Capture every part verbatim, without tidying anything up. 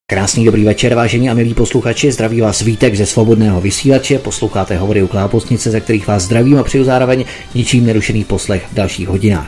Krásný dobrý večer, vážení a milí posluchači, zdraví vás Vítek ze Svobodného vysílače, posloucháte hovory u Klábosnice, ze kterých vás zdravím a přeju zároveň ničím nerušený poslech v dalších hodinách.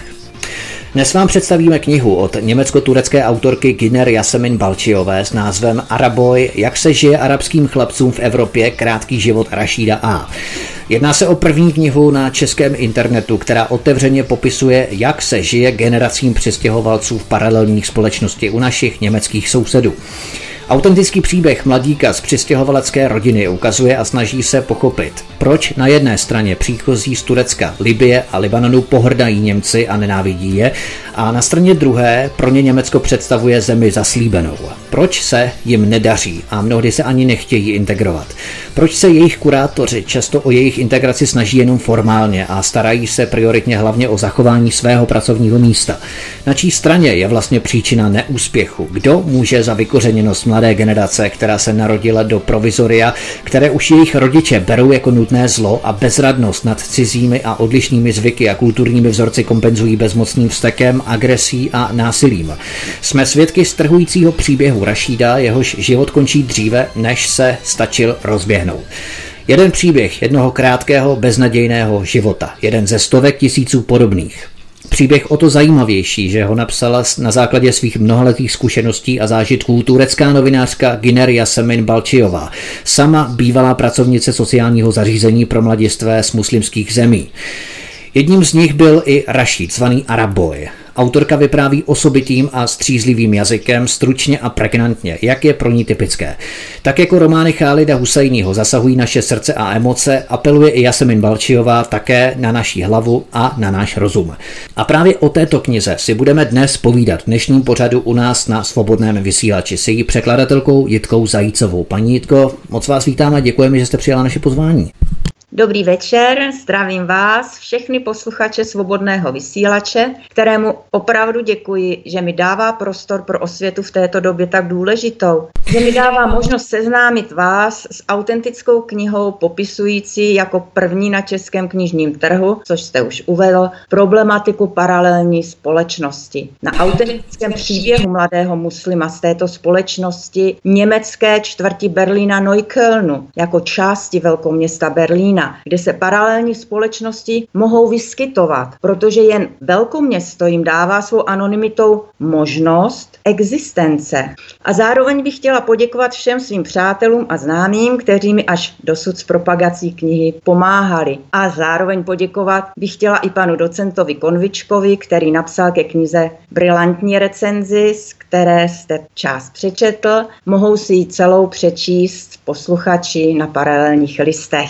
Dnes vám představíme knihu od německo-turecké autorky Güner Yasemin Balčiové s názvem Araboj, jak se žije arabským chlapcům v Evropě, krátký život Rašída A. Jedná se o první knihu na českém internetu, která otevřeně popisuje, jak se žije generacím přistěhovalců v paralelních společnosti u našich německých sousedů. Autentický příběh mladíka z přistěhovalecké rodiny ukazuje a snaží se pochopit, proč na jedné straně příchozí z Turecka, Libye a Libanonu pohrdají Němci a nenávidí je, a na straně druhé pro ně Německo představuje zemi zaslíbenou. Proč se jim nedaří a mnohdy se ani nechtějí integrovat? Proč se jejich kurátoři často o jejich integraci snaží jenom formálně a starají se prioritně hlavně o zachování svého pracovního místa? Na čí straně je vlastně příčina neúspěchu? Kdo může za vykořeněnost mladé generace, která se narodila do provizoria, které už jejich rodiče berou jako nutné zlo a bezradnost nad cizími a odlišnými zvyky a kulturními vzorci kompenzují bezmocným vztekem, agresí a násilím? Jsme svědky strhujícího příběhu Rašída, jehož život končí dříve, než se stačil rozběhnout. Jeden příběh jednoho krátkého, beznadějného života, jeden ze stovek tisíců podobných. Příběh o to zajímavější, že ho napsala na základě svých mnohaletých zkušeností a zážitků turecká novinářka Güner Yasemin Balčiová, sama bývalá pracovnice sociálního zařízení pro mladistvé z muslimských zemí. Jedním z nich byl i Rašíd, zvaný Araboj. Autorka vypráví osobitým a střízlivým jazykem, stručně a pregnantně, jak je pro ní typické. Tak jako romány Chálida Husajního zasahují naše srdce a emoce, apeluje i Yasemin Balčiová také na naší hlavu a na náš rozum. A právě o této knize si budeme dnes povídat v dnešním pořadu u nás na Svobodném vysílači s její překladatelkou Jitkou Zajícovou. Paní Jitko, moc vás vítám a děkujeme, že jste přijala naše pozvání. Dobrý večer, zdravím vás, všechny posluchače Svobodného vysílače, kterému opravdu děkuji, že mi dává prostor pro osvětu v této době tak důležitou, že mi dává možnost seznámit vás s autentickou knihou popisující jako první na českém knižním trhu, což jste už uvedl, problematiku paralelní společnosti. Na autentickém příběhu mladého muslima z této společnosti německé čtvrti Berlína Neuköllnu jako části velkoměsta Berlína, kde se paralelní společnosti mohou vyskytovat, protože jen velkoměsto jim dává svou anonymitou možnost existence. A zároveň bych chtěla poděkovat všem svým přátelům a známým, kteří mi až dosud s propagací knihy pomáhali. A zároveň poděkovat bych chtěla i panu docentovi Konvičkovi, který napsal ke knize brilantní recenzi, z které jste část přečetl. Mohou si ji celou přečíst posluchači na paralelních listech.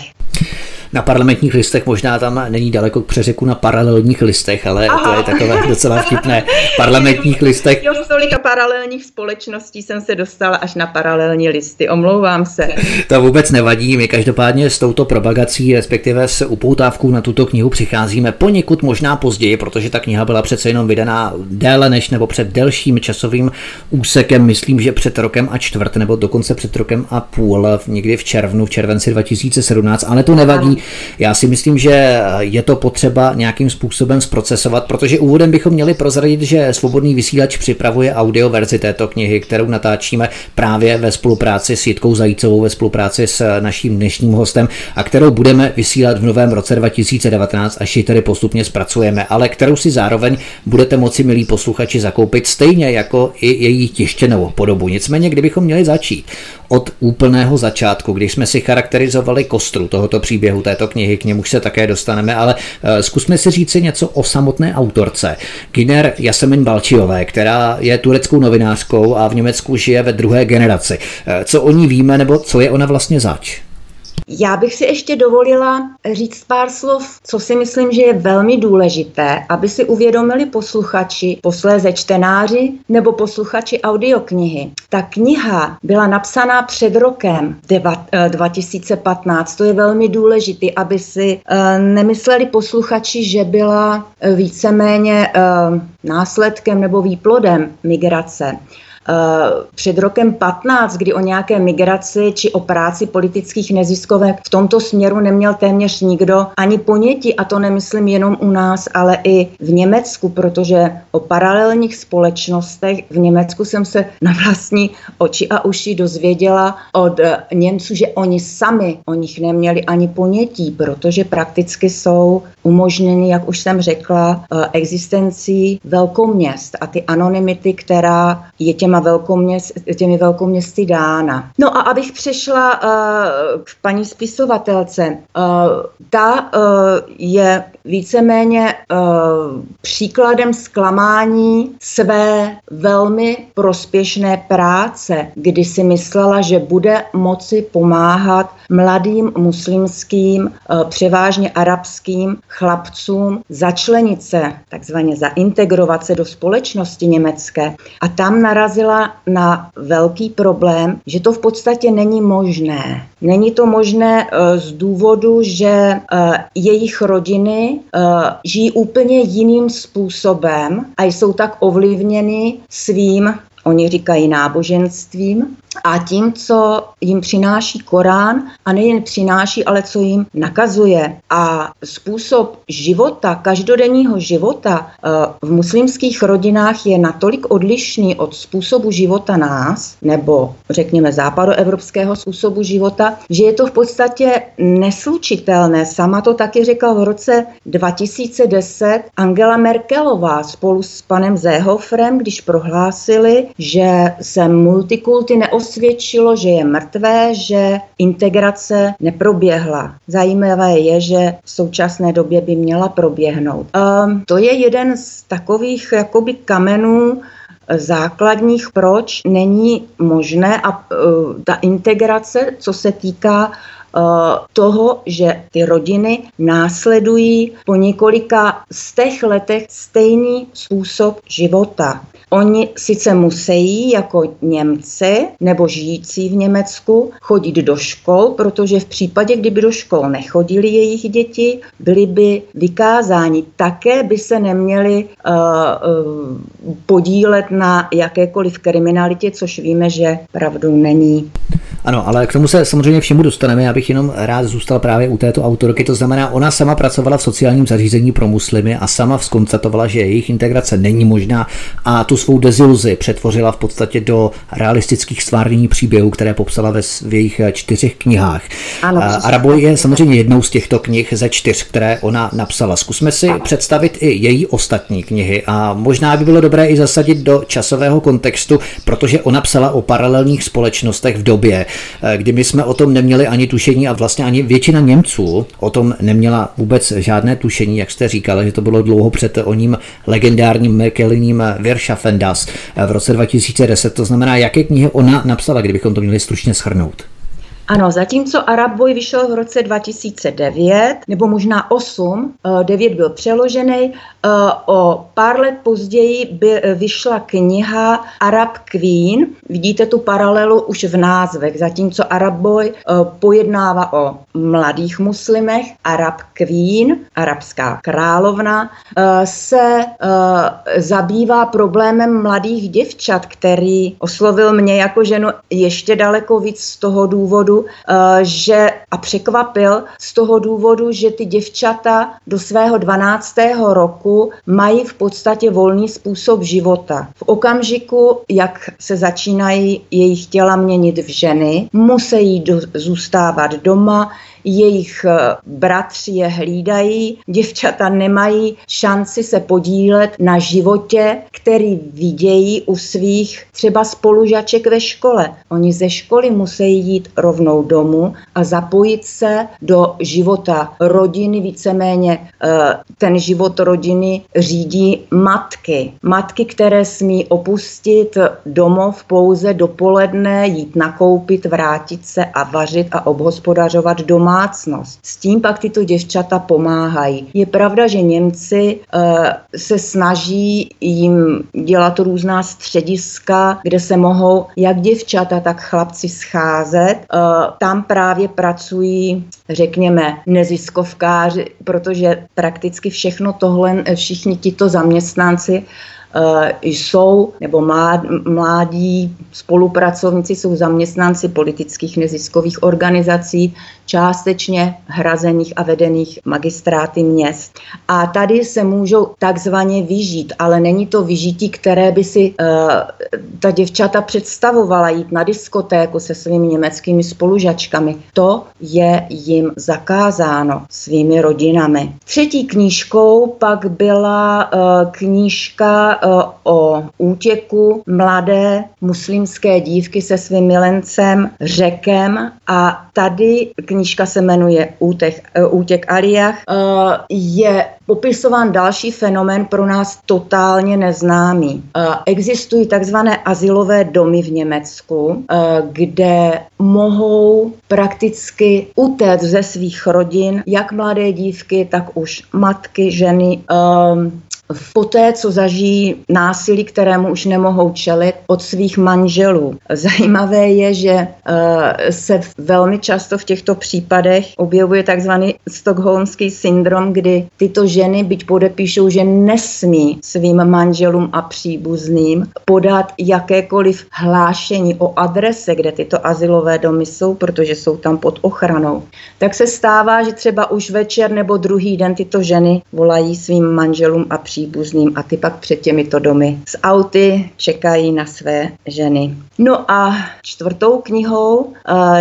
Na parlamentních listech možná tam není daleko k přeřeku na paralelních listech, ale Aha. to je takové docela vtipné. Parlamentních listech. Jo, z tolika paralelních společností jsem se dostala až na paralelní listy, omlouvám se. To vůbec nevadí, my každopádně s touto propagací, respektive s upoutávkou na tuto knihu přicházíme poněkud možná později, protože ta kniha byla přece jenom vydaná déle než nebo před delším časovým úsekem, myslím, že před rokem a čtvrt, nebo dokonce před rokem a půl, někdy v červnu, v červenci dva tisíce sedmnáct, ale to nevadí. Já si myslím, že je to potřeba nějakým způsobem zprocesovat, protože úvodem bychom měli prozradit, že Svobodný vysílač připravuje audioverzi této knihy, kterou natáčíme právě ve spolupráci s Jitkou Zajícovou, ve spolupráci s naším dnešním hostem a kterou budeme vysílat v novém roce dva tisíce devatenáct, až ji tedy postupně zpracujeme, ale kterou si zároveň budete moci, milí posluchači, zakoupit stejně jako i její tištěnou podobu. Nicméně, kdybychom měli začít od úplného začátku, když jsme si charakterizovali kostru tohoto příběhu, této knihy, k němuž se také dostaneme, ale zkusme si říci něco o samotné autorce. Güner Yasemin Balčiové, která je tureckou novinářkou a v Německu žije ve druhé generaci. Co o ní víme, nebo co je ona vlastně zač? Já bych si ještě dovolila říct pár slov, co si myslím, že je velmi důležité, aby si uvědomili posluchači, posléze čtenáři nebo posluchači audioknihy. Ta kniha byla napsaná před rokem dva tisíce patnáct. To je velmi důležité, aby si e, nemysleli posluchači, že byla víceméně e, následkem nebo výplodem migrace. před rokem patnáct, kdy o nějaké migraci či o práci politických neziskovek v tomto směru neměl téměř nikdo ani ponětí, a to nemyslím jenom u nás, ale i v Německu, protože o paralelních společnostech v Německu jsem se na vlastní oči a uši dozvěděla od Němců, že oni sami o nich neměli ani ponětí, protože prakticky jsou umožněny, jak už jsem řekla, existencí velkoměst a ty anonymity, která je těma velkoměst, těmi velkoměsty dána. No a abych přešla uh, k paní spisovatelce, uh, ta uh, je víceméně uh, příkladem zklamání své velmi prospěšné práce, kdy si myslela, že bude moci pomáhat mladým muslimským, uh, převážně arabským chlapcům začlenit se, takzvaně zaintegrovat se do společnosti německé. A tam narazila na velký problém, že to v podstatě není možné. Není to možné uh, z důvodu, že uh, jejich rodiny uh, žijí úplně jiným způsobem a jsou tak ovlivněny svým, oni říkají náboženstvím, a tím, co jim přináší Korán, a nejen přináší, ale co jim nakazuje. A způsob života, každodenního života v muslimských rodinách je natolik odlišný od způsobu života nás, nebo řekněme západoevropského způsobu života, že je to v podstatě neslučitelné. Sama to taky řekla v roce dva tisíce deset Angela Merkelová spolu s panem Seehofrem, když prohlásili, že se multikulty neosvědčilo, že je mrtvé, že integrace neproběhla. Zajímavé je, že v současné době by měla proběhnout. Um, to je jeden z takových jakoby kamenů základních, proč není možné a uh, ta integrace, co se týká uh, toho, že ty rodiny následují po několika z těch letech stejný způsob života. Oni sice musí jako Němci nebo žijící v Německu chodit do škol, protože v případě, kdyby do škol nechodili jejich děti, byli by vykázáni. Také by se neměli uh, uh, podílet na jakékoliv kriminalitě, což víme, že pravdou není. Ano, ale k tomu se samozřejmě všemu dostaneme. Já bych jenom rád zůstal právě u této autorky. To znamená, ona sama pracovala v sociálním zařízení pro muslimy a sama zkonstatovala, že jejich integrace není možná, a tu svou deziluzi přetvořila v podstatě do realistických stvárnění příběhů, které popsala ve v jejich čtyřech knihách. Ano, Araboj je samozřejmě jednou z těchto knih ze čtyř, které ona napsala. Zkusme si představit i její ostatní knihy a možná by bylo dobré i zasadit do časového kontextu, protože ona psala o paralelních společnostech v době, kdy my jsme o tom neměli ani tušení a vlastně ani většina Němců o tom neměla vůbec žádné tušení, jak jste říkala, že to bylo dlouho před oním legendárním Merkeliným Wirtschaffen das v roce dva tisíce deset. To znamená, jaké knihy ona napsala, kdybychom to měli stručně shrnout. Ano, zatímco Araboj vyšel v roce dva tisíce devět, nebo možná osm, devět byl přeložený, o pár let později by vyšla kniha Arab Queen. Vidíte tu paralelu už v názvech, zatímco Araboj pojednává o mladých muslimech, Arab Queen, arabská královna, se zabývá problémem mladých děvčat, který oslovil mě jako ženu ještě daleko víc z toho důvodu, že a překvapil z toho důvodu, že ty děvčata do svého dvanáctého roku mají v podstatě volný způsob života. V okamžiku, jak se začínají jejich těla měnit v ženy, musí do, zůstávat doma, jejich bratři je hlídají, děvčata nemají šanci se podílet na životě, který vidějí u svých třeba spolužaček ve škole. Oni ze školy musí jít rovnou domů a zapojit se do života rodiny, víceméně ten život rodiny řídí matky. Matky, které smí opustit domov pouze dopoledne, jít nakoupit, vrátit se a vařit a obhospodařovat doma. S tím pak tyto děvčata pomáhají. Je pravda, že Němci e, se snaží jim dělat různá střediska, kde se mohou jak děvčata, tak chlapci scházet. E, tam právě pracují, řekněme, neziskovkáři, protože prakticky všechno tohle, všichni tito zaměstnanci jsou, nebo mládí spolupracovníci jsou zaměstnanci politických neziskových organizací, částečně hrazených a vedených magistráty měst. A tady se můžou takzvaně vyžít, ale není to vyžití, které by si uh, ta děvčata představovala jít na diskotéku se svými německými spolužačkami. To je jim zakázáno svými rodinami. Třetí knížkou pak byla uh, knížka uh, o útěku mladé muslimské dívky se svým milencem Řekem a tady knížka se jmenuje Útek, uh, Útěk Aliach. Uh, je popisován další fenomén pro nás totálně neznámý. Uh, existují takzvané azylové domy v Německu, uh, kde mohou prakticky utéct ze svých rodin jak mladé dívky, tak už matky, ženy, um, poté, co zažijí násilí, kterému už nemohou čelit od svých manželů. Zajímavé je, že uh, se velmi často v těchto případech objevuje takzvaný stockholmský syndrom, kdy tyto ženy, byť podepíšou, že nesmí svým manželům a příbuzným podat jakékoliv hlášení o adrese, kde tyto azylové domy jsou, protože jsou tam pod ochranou. Tak se stává, že třeba už večer nebo druhý den tyto ženy volají svým manželům a příbuzným a ty pak před těmito domy z auty čekají na své ženy. No a čtvrtou knihou uh,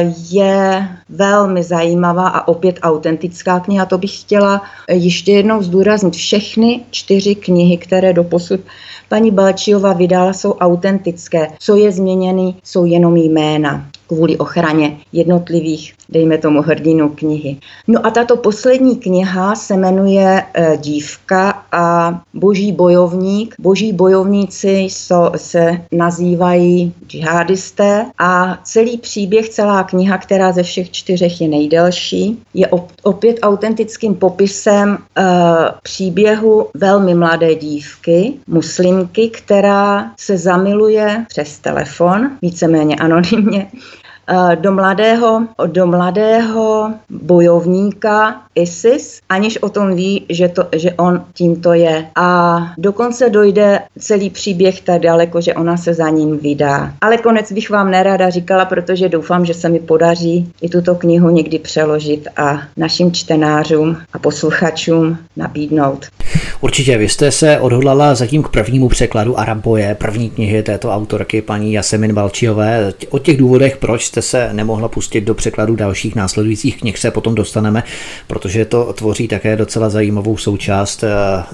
je velmi zajímavá a opět autentická kniha. To bych chtěla ještě jednou zdůraznit. Všechny čtyři knihy, které doposud paní Balčiová vydala, jsou autentické. Co je změněný, jsou jenom jména kvůli ochraně jednotlivých, dejme tomu, hrdinů knihy. No a tato poslední kniha se jmenuje e, Dívka a boží bojovník. Boží bojovníci so, se nazývají džihadisté a celý příběh, celá kniha, která ze všech čtyřech je nejdelší, je op, opět autentickým popisem e, příběhu velmi mladé dívky, muslimky, která se zamiluje přes telefon, víceméně anonymně, do mladého, do mladého bojovníka ISIS, aniž o tom ví, že, to, že on tímto je. A dokonce dojde celý příběh tak daleko, že ona se za ním vydá. Ale konec bych vám nerada říkala, protože doufám, že se mi podaří i tuto knihu někdy přeložit a našim čtenářům a posluchačům nabídnout. Určitě, vy jste se odhodlala zatím k prvnímu překladu Araboje, první knihy této autorky paní Jasemin Balčiové. O těch důvodech, proč jste se nemohla pustit do překladu dalších následujících knih, se potom dostaneme, protože to tvoří také docela zajímavou součást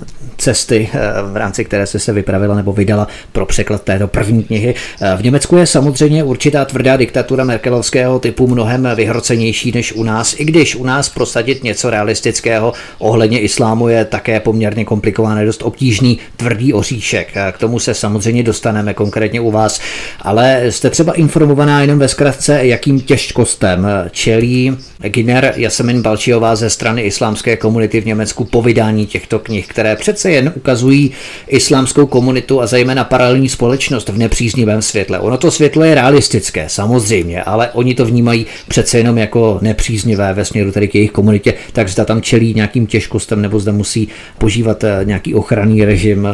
cesty, v rámci které jste se vypravila nebo vydala pro překlad této první knihy. V Německu je samozřejmě určitá tvrdá diktatura merkelovského typu mnohem vyhrocenější než u nás, i když u nás prosadit něco realistického ohledně islámu je také poměrně komplikované, dost obtížný, tvrdý oříšek. K tomu se samozřejmě dostaneme konkrétně u vás, ale jste třeba informovaná jenom ve zkratce, jakým těžkostem čelí Güner Jasemin Balčiová ze strany islámské komunity v Německu po vydání těchto knih, které přece jen ukazují islámskou komunitu a zejména paralelní společnost v nepříznivém světle. Ono to světlo je realistické, samozřejmě, ale oni to vnímají přece jenom jako nepříznivé ve směru tedy k jejich komunitě, tak zda tam čelí nějakým těžkostem nebo zda musí požívat nějaký ochranný režim.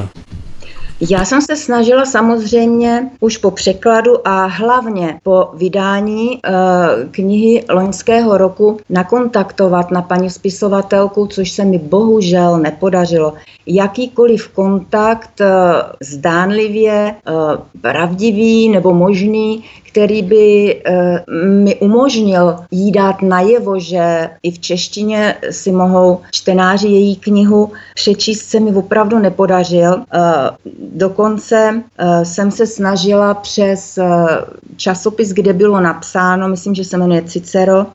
Já jsem se snažila samozřejmě už po překladu a hlavně po vydání e, knihy loňského roku nakontaktovat na paní spisovatelku, což se mi bohužel nepodařilo. Jakýkoliv kontakt e, zdánlivě e, pravdivý nebo možný, který by e, mi umožnil jí dát najevo, že i v češtině si mohou čtenáři její knihu přečíst, se mi opravdu nepodařil. E, dokonce e, jsem se snažila přes e, časopis, kde bylo napsáno, myslím, že se jmenuje Cicero,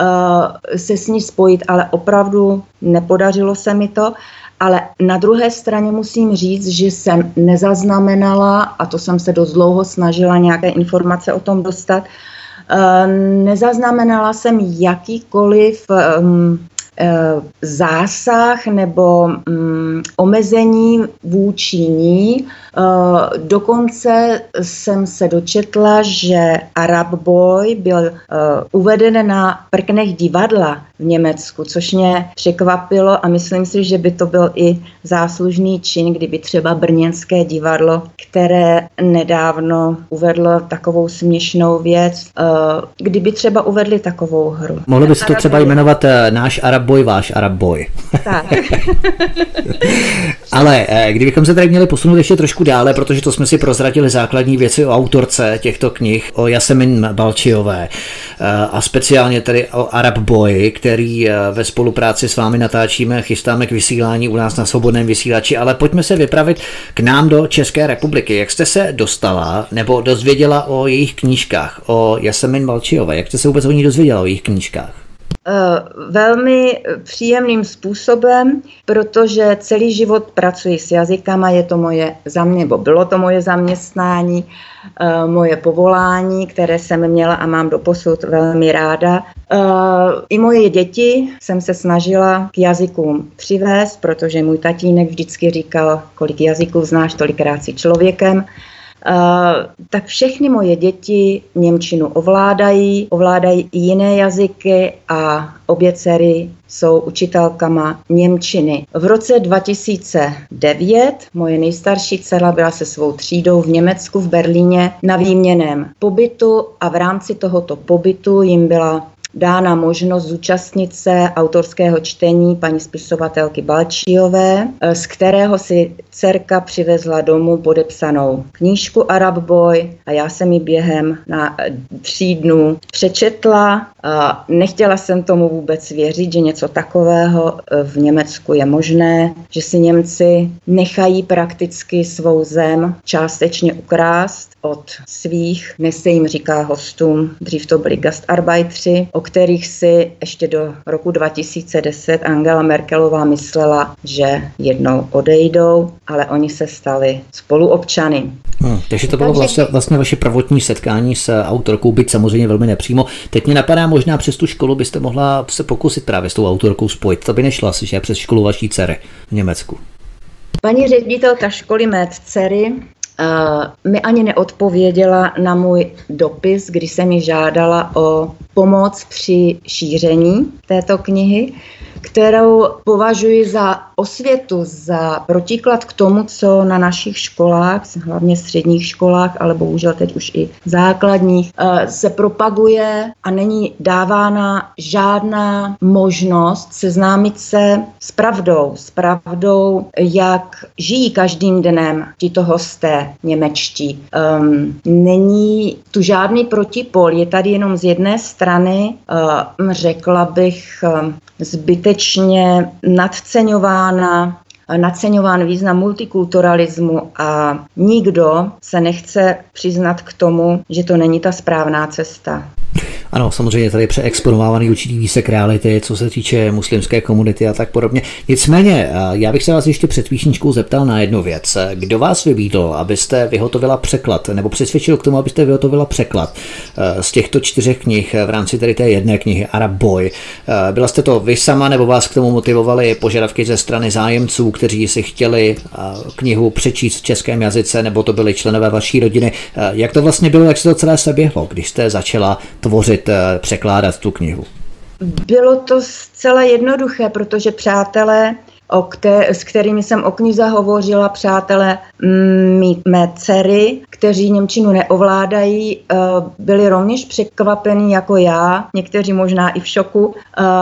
e, se s ní spojit, ale opravdu nepodařilo se mi to. Ale na druhé straně musím říct, že jsem nezaznamenala, a to jsem se dost dlouho snažila nějaké informace o tom dostat, nezaznamenala jsem jakýkoliv zásah nebo mm, omezení vůči ní. Dokonce jsem se dočetla, že Arab Boy byl uveden na prknech divadla v Německu, což mě překvapilo a myslím si, že by to byl i záslužný čin, kdyby třeba brněnské divadlo, které nedávno uvedlo takovou směšnou věc, kdyby třeba uvedli takovou hru. Mohlo by se to třeba jmenovat Náš Arab Boy, váš Arab Boy. Tak. Ale kdybychom se tady měli posunout ještě trošku dále, protože to jsme si prozradili základní věci o autorce těchto knih, o Jasemin Balčiové a speciálně tedy o Arab Boy, který ve spolupráci s vámi natáčíme, chystáme k vysílání u nás na Svobodném vysílači, ale pojďme se vypravit k nám do České republiky. Jak jste se dostala nebo dozvěděla o jejich knížkách, o Jasemin Balčiové? Jak jste se vůbec o ní dozvěděla, o jejich knížkách? Velmi příjemným způsobem, protože celý život pracuji s jazykama, je to moje zamě, nebo bylo to moje zaměstnání, moje povolání, které jsem měla a mám doposud velmi ráda. I moje děti jsem se snažila k jazykům přivést, protože můj tatínek vždycky říkal, kolik jazyků znáš, tolikrát si člověkem. Uh, tak všechny moje děti němčinu ovládají, ovládají i jiné jazyky a obě dcery jsou učitelkama němčiny. V roce dva tisíce devět moje nejstarší dcera byla se svou třídou v Německu v Berlíně na výměnném pobytu a v rámci tohoto pobytu jim byla dána možnost zúčastnit se autorského čtení paní spisovatelky Balčiové, z kterého si dcerka přivezla domů podepsanou knížku Arab Boy a já jsem ji během na tří dnů přečetla. A nechtěla jsem tomu vůbec věřit, že něco takového v Německu je možné, že si Němci nechají prakticky svou zem částečně ukrást od svých, dnes se jim říká hostům, dřív to byli gastarbeitři, o kterých si ještě do roku dva tisíce deset Angela Merkelová myslela, že jednou odejdou, ale oni se stali spoluobčany. Hmm, takže to bylo vlastně, vlastně vaše prvotní setkání s autorkou, byť samozřejmě velmi nepřímo. Teď mě napadá, možná přes tu školu byste mohla se pokusit právě s tou autorkou spojit. To by nešlo asi, že přes školu vaší dcery v Německu. Paní ředitelka školy mé dcery Uh, mi ani neodpověděla na můj dopis, kdy jsem ji žádala o pomoc při šíření této knihy, kterou považuji za osvětu, za protiklad k tomu, co na našich školách, hlavně středních školách, ale bohužel teď už i základních, se propaguje a není dávána žádná možnost seznámit se s pravdou, s pravdou, jak žijí každým dnem tito hosté němečtí. Um, není tu žádný protipol, je tady jenom z jedné strany, uh, řekla bych, um, zbytečně nadceňována, nadceňován význam multikulturalismu a nikdo se nechce přiznat k tomu, že to není ta správná cesta. Ano, samozřejmě tady je přeexponovávaný určitý výsek reality, co se týče muslimské komunity a tak podobně. Nicméně, já bych se vás ještě před píšničkou zeptal na jednu věc. Kdo vás vybídl, abyste vyhotovila překlad, nebo přesvědčil k tomu, abyste vyhotovila překlad z těchto čtyřech knih v rámci tady té jedné knihy Arab Boy? Byla jste to vy sama, nebo vás k tomu motivovaly požadavky ze strany zájemců, kteří si chtěli knihu přečíst v českém jazyce, nebo to byli členové vaší rodiny? Jak to vlastně bylo, jak se to celé seběhlo, když jste začala tvořit, překládat tu knihu? Bylo to zcela jednoduché, protože přátelé, o kter- s kterými jsem o knize hovořila, přátelé mý, mé dcery, kteří němčinu neovládají, byli rovněž překvapení jako já, někteří možná i v šoku.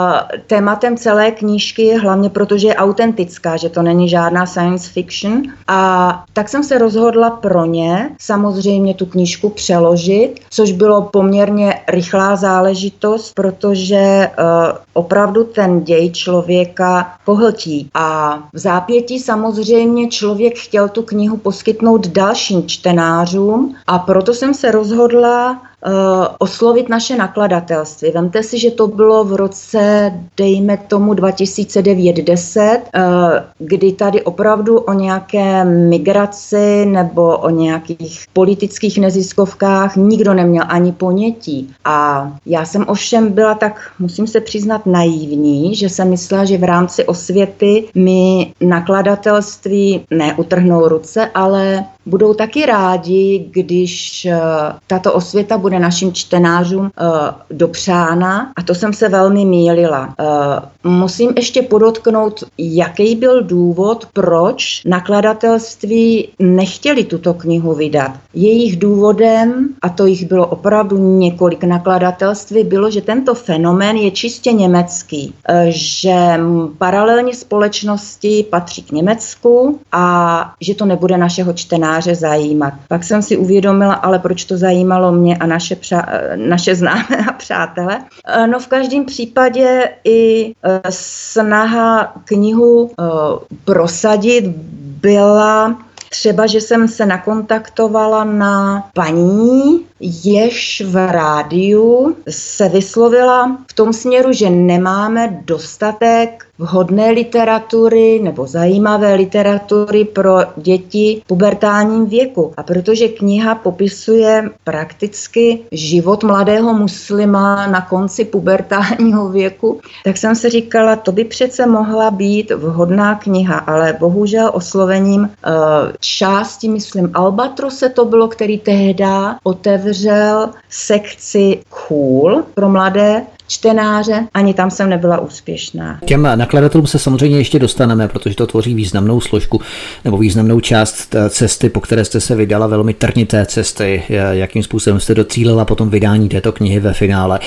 Tématem celé knížky je hlavně, protože je autentická, že to není žádná science fiction. A tak jsem se rozhodla pro ně samozřejmě tu knížku přeložit, což bylo poměrně rychlá záležitost, protože opravdu ten děj člověka pohltí. A v zápětí samozřejmě člověk chtěl tu knihu poskytnout dalším čtenářům a proto jsem se rozhodla oslovit naše nakladatelství. Vemte si, že to bylo v roce, dejme tomu dva tisíce devět deset, kdy tady opravdu o nějaké migraci nebo o nějakých politických neziskovkách nikdo neměl ani ponětí. A já jsem ovšem byla tak, musím se přiznat, naivní, že jsem myslela, že v rámci osvěty mi nakladatelství neutrhnou ruce, ale budou taky rádi, když tato osvěta bude našim čtenářům uh, dopřána, a to jsem se velmi mýlila. Uh, musím ještě podotknout, jaký byl důvod, proč nakladatelství nechtěli tuto knihu vydat. Jejich důvodem, a to jich bylo opravdu několik nakladatelství, bylo, že tento fenomén je čistě německý, uh, že paralelní společnosti patří k Německu a že to nebude našeho čtenáře zajímat. Pak jsem si uvědomila, ale proč to zajímalo mě a naše, přa- naše známé a přátele. No v každém případě i snaha knihu prosadit byla třeba, že jsem se nakontaktovala na paní, jež v rádiu se vyslovila v tom směru, že nemáme dostatek vhodné literatury nebo zajímavé literatury pro děti v pubertálním věku. A protože kniha popisuje prakticky život mladého muslima na konci pubertálního věku, tak jsem si říkala, to by přece mohla být vhodná kniha, ale bohužel oslovením části, myslím, Albatrose to bylo, který tehda otevřel sekci Cool pro mladé čtenáře, ani tam jsem nebyla úspěšná. Těm nakladatelům se samozřejmě ještě dostaneme, protože to tvoří významnou složku nebo významnou část cesty, po které jste se vydala, velmi trnité cesty, jakým způsobem jste docílila potom vydání této knihy ve finále,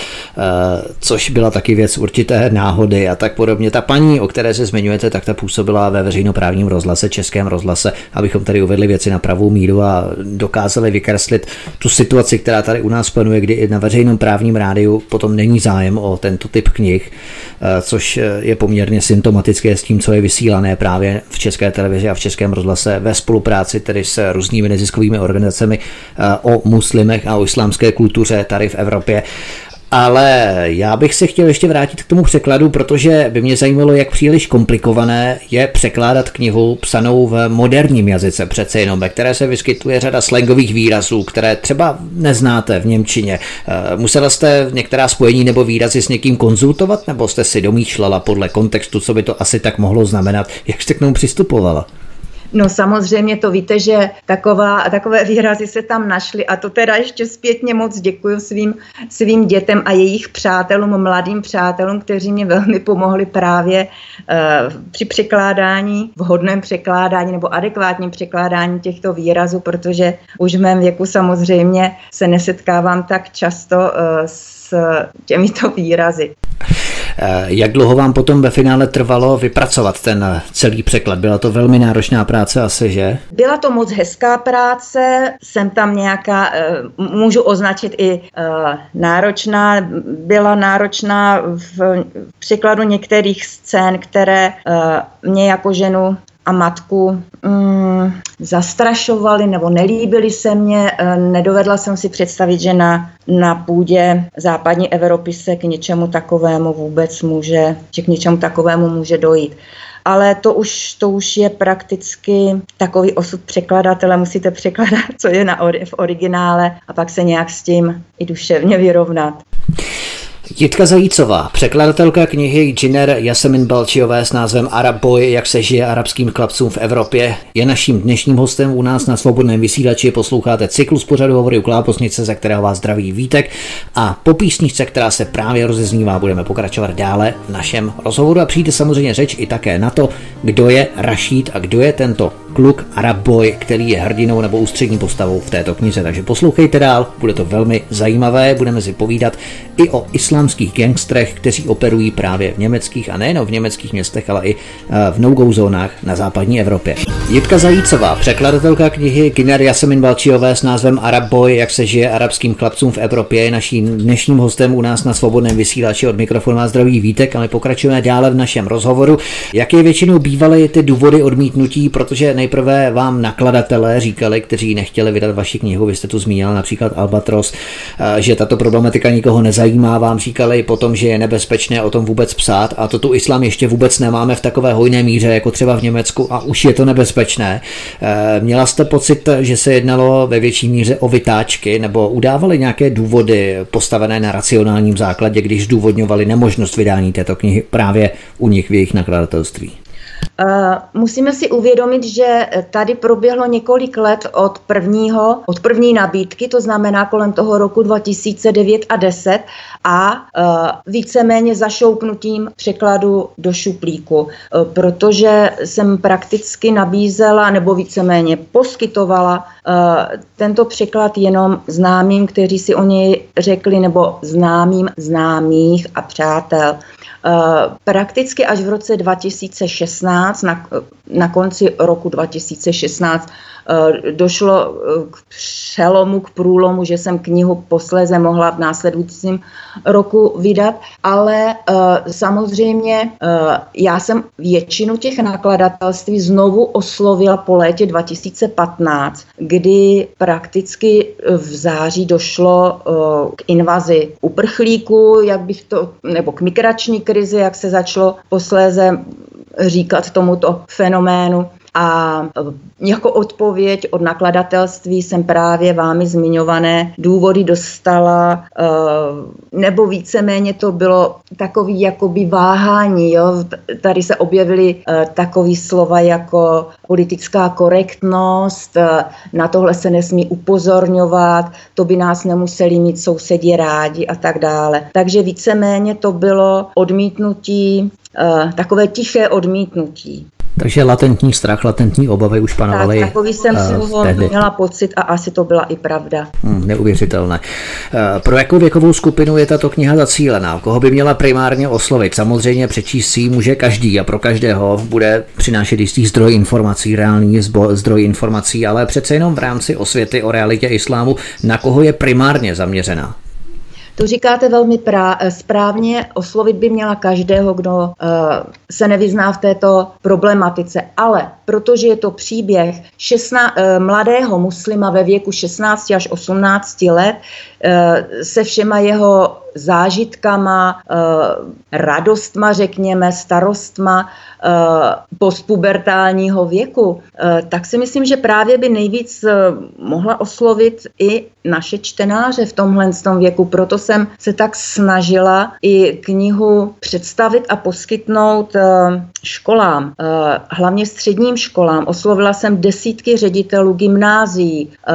což byla taky věc určité náhody a tak podobně. Ta paní, o které se zmiňujete, tak ta působila ve veřejnoprávním rozhlase, Českém rozhlase, abychom tady uvedli věci na pravou míru a dokázali vykreslit tu situaci, která tady u nás panuje, kdy na veřejnom právním rádiu potom není zájem o tento typ knih, což je poměrně symptomatické s tím, co je vysílané právě v České televizi a v Českém rozhlase ve spolupráci tedy s různými neziskovými organizacemi o muslimech a o islámské kultuře tady v Evropě. Ale já bych se chtěl ještě vrátit k tomu překladu, protože by mě zajímalo, jak příliš komplikované je překládat knihu psanou v moderním jazyce přece jenom, ve které se vyskytuje řada slangových výrazů, které třeba neznáte v němčině. Musela jste některá spojení nebo výrazy s někým konzultovat, nebo jste si domýšlela podle kontextu, co by to asi tak mohlo znamenat? Jak jste k tomu přistupovala? No samozřejmě to víte, že taková, takové výrazy se tam našly a to teda ještě zpětně moc děkuji svým, svým dětem a jejich přátelům, mladým přátelům, kteří mě velmi pomohli právě uh, při překládání, vhodném překládání nebo adekvátním překládání těchto výrazů, protože už v mém věku samozřejmě se nesetkávám tak často uh, s těmito výrazy. Jak dlouho vám potom ve finále trvalo vypracovat ten celý překlad? Byla to velmi náročná práce asi, že? Byla to moc hezká práce, jsem tam nějaká, můžu označit i náročná, byla náročná v překladu některých scén, které mě jako ženu a matku mm, zastrašovali nebo nelíbili se mně. Nedovedla jsem si představit, že na, na půdě západní Evropy se k něčemu takovému vůbec může, že k něčemu takovému může dojít. Ale to už, to už je prakticky takový osud překladatele. Musíte překládat, co je na, v originále a pak se nějak s tím i duševně vyrovnat. Jitka Zajícová, překladatelka knihy Jiner Yasemin Balčiové s názvem Arab Boy, jak se žije arabským chlapcům v Evropě, je naším dnešním hostem u nás na Svobodném vysílači. Posloucháte cyklus pořadu Hovory u Klábosnice, ze kterého vás zdraví Vítek, a po písničce, která se právě rozeznívá, budeme pokračovat dále v našem rozhovoru a přijde samozřejmě řeč i také na to, kdo je Rašíd a kdo je tento kluk Arab Boy, který je hrdinou nebo ústřední postavou v této knize. Takže poslouchejte dál, bude to velmi zajímavé, budeme si povídat i o islámu islámských gangstrech, kteří operují právě v německých a nejen v německých městech, ale i v no-go zónách na západní Evropě. Jitka Zajícová, překladatelka knihy Kinar Jasemin Balčiové s názvem Arab Boy, jak se žije arabským chlapcům v Evropě, je naším dnešním hostem u nás na Svobodném vysílači. Od mikrofonu má zdraví Vítek a my pokračujeme dále v našem rozhovoru. Jaké většinou bývaly ty důvody odmítnutí, protože nejprve vám nakladatelé říkali, kteří nechtěli vydat vaši knihu, vy jste tu zmínila například Albatros, že tato problematika nikoho nezajímá, vám říkali potom, že je nebezpečné o tom vůbec psát a to tu islám ještě vůbec nemáme v takové hojné míře jako třeba v Německu a už je to nebezpečné. Měla jste pocit, že se jednalo ve větší míře o vytáčky nebo udávali nějaké důvody postavené na racionálním základě, když zdůvodňovali nemožnost vydání této knihy právě u nich v jejich nakladatelství? Uh, musíme si uvědomit, že tady proběhlo několik let od prvního, od první nabídky, to znamená kolem toho roku dva tisíce devět a deset a uh, víceméně zašoupnutím překladu do šuplíku, uh, protože jsem prakticky nabízela nebo víceméně poskytovala uh, tento překlad jenom známým, kteří si o něj řekli, nebo známým známých a přátel. Uh, prakticky až v roce dva tisíce šestnáct, na, na konci roku dva tisíce šestnáct, uh, došlo k přelomu, k průlomu, že jsem knihu posléze mohla v následujícím roku vydat, ale uh, samozřejmě uh, já jsem většinu těch nakladatelství znovu oslovila po létě dva tisíce patnáct, kdy prakticky v září došlo uh, k invazi uprchlíků, jak bych to, nebo k migrační krizi, jak se začalo posléze říkat tomuto fenoménu. A jako odpověď od nakladatelství jsem právě vámi zmiňované důvody dostala, nebo víceméně to bylo takový jakoby váhání. Jo? Tady se objevily takový slova jako politická korektnost, na tohle se nesmí upozorňovat, to by nás nemuseli mít sousedi rádi a tak dále. Takže víceméně to bylo odmítnutí, takové tiché odmítnutí. Takže latentní strach, latentní obavy už panovaly. Tak, takový jsem si uh, měla pocit a asi to byla i pravda. Hmm, neuvěřitelné. Uh, pro jakou věkovou skupinu je tato kniha zacílená? Koho by měla primárně oslovit? Samozřejmě přečíst si může každý a pro každého bude přinášet jistý zdroj informací, reálný zdroj informací, ale přece jenom v rámci osvěty o realitě islámu, na koho je primárně zaměřená? To říkáte velmi prá- správně, oslovit by měla každého, kdo uh, se nevyzná v této problematice, ale protože je to příběh šestná, uh, mladého muslima ve věku šestnáct až osmnáct let uh, se všema jeho zážitkama, uh, radostma, řekněme, starostma uh, postpubertálního věku, uh, tak si myslím, že právě by nejvíc uh, mohla oslovit i naše čtenáře v tomhle tom věku. Proto jsem se tak snažila i knihu představit a poskytnout uh, školám, uh, hlavně středním školám. Oslovila jsem desítky ředitelů gymnázií, uh,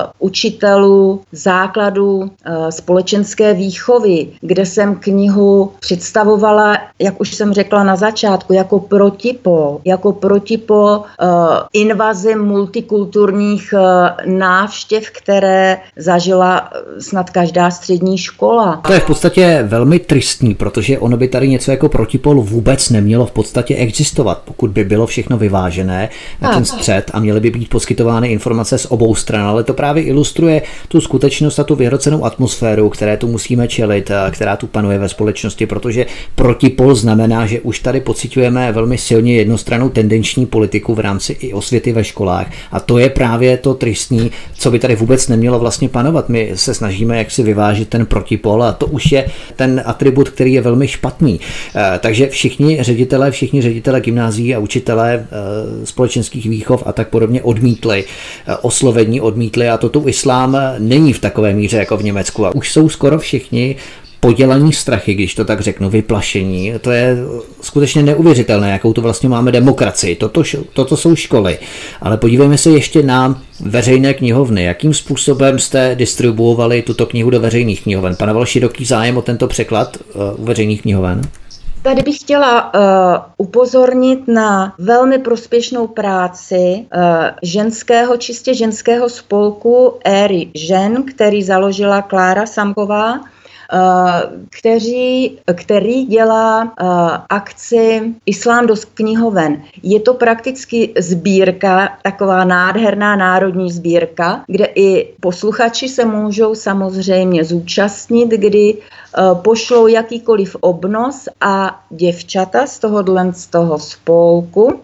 učitelů základů uh, společenské výchovy, kde jsem knihu představovala, jak už jsem řekla na začátku, jako protipol, jako protipol uh, invazi multikulturních uh, návštěv, které zažila snad každá střední škola. To je v podstatě velmi tristní, protože ono by tady něco jako protipol vůbec nemělo v podstatě existovat, pokud by bylo všechno vyvážené na ten střed a měly by být poskytovány informace z obou stran, ale to právě ilustruje tu skutečnost a tu vyhrocenou atmosféru, které tu musíme čelit, která tu panuje ve společnosti, protože protipol znamená, že už tady pociťujeme velmi silně jednostrannou tendenční politiku v rámci i osvěty ve školách a to je právě to tristní, co by tady vůbec nemělo vlastně panovat. My se snažíme jak si vyvážit ten protipol a to už je ten atribut, který je velmi špatný. Takže všichni ředitelé, všichni ředitelé gymnázií a učitelé společenských výchov a tak podobně odmítli oslovení, odmítli a to tu islám není v takové míře jako v Německu a už jsou skoro všichni podělaní strachy, když to tak řeknu, vyplašení. To je skutečně neuvěřitelné, jakou to vlastně máme demokracii. Toto, toto jsou školy. Ale podívejme se ještě na veřejné knihovny. Jakým způsobem jste distribuovali tuto knihu do veřejných knihoven? Panoval široký zájem o tento překlad uh, u veřejných knihoven? Tady bych chtěla uh, upozornit na velmi prospěšnou práci uh, ženského, čistě ženského spolku Éry žen, který založila Klára Samková. kteří, který dělá akci Islám do knihoven. Je to prakticky sbírka, taková nádherná národní sbírka, kde i posluchači se můžou samozřejmě zúčastnit, kdy pošlou jakýkoliv obnos a děvčata z tohohle z toho spolku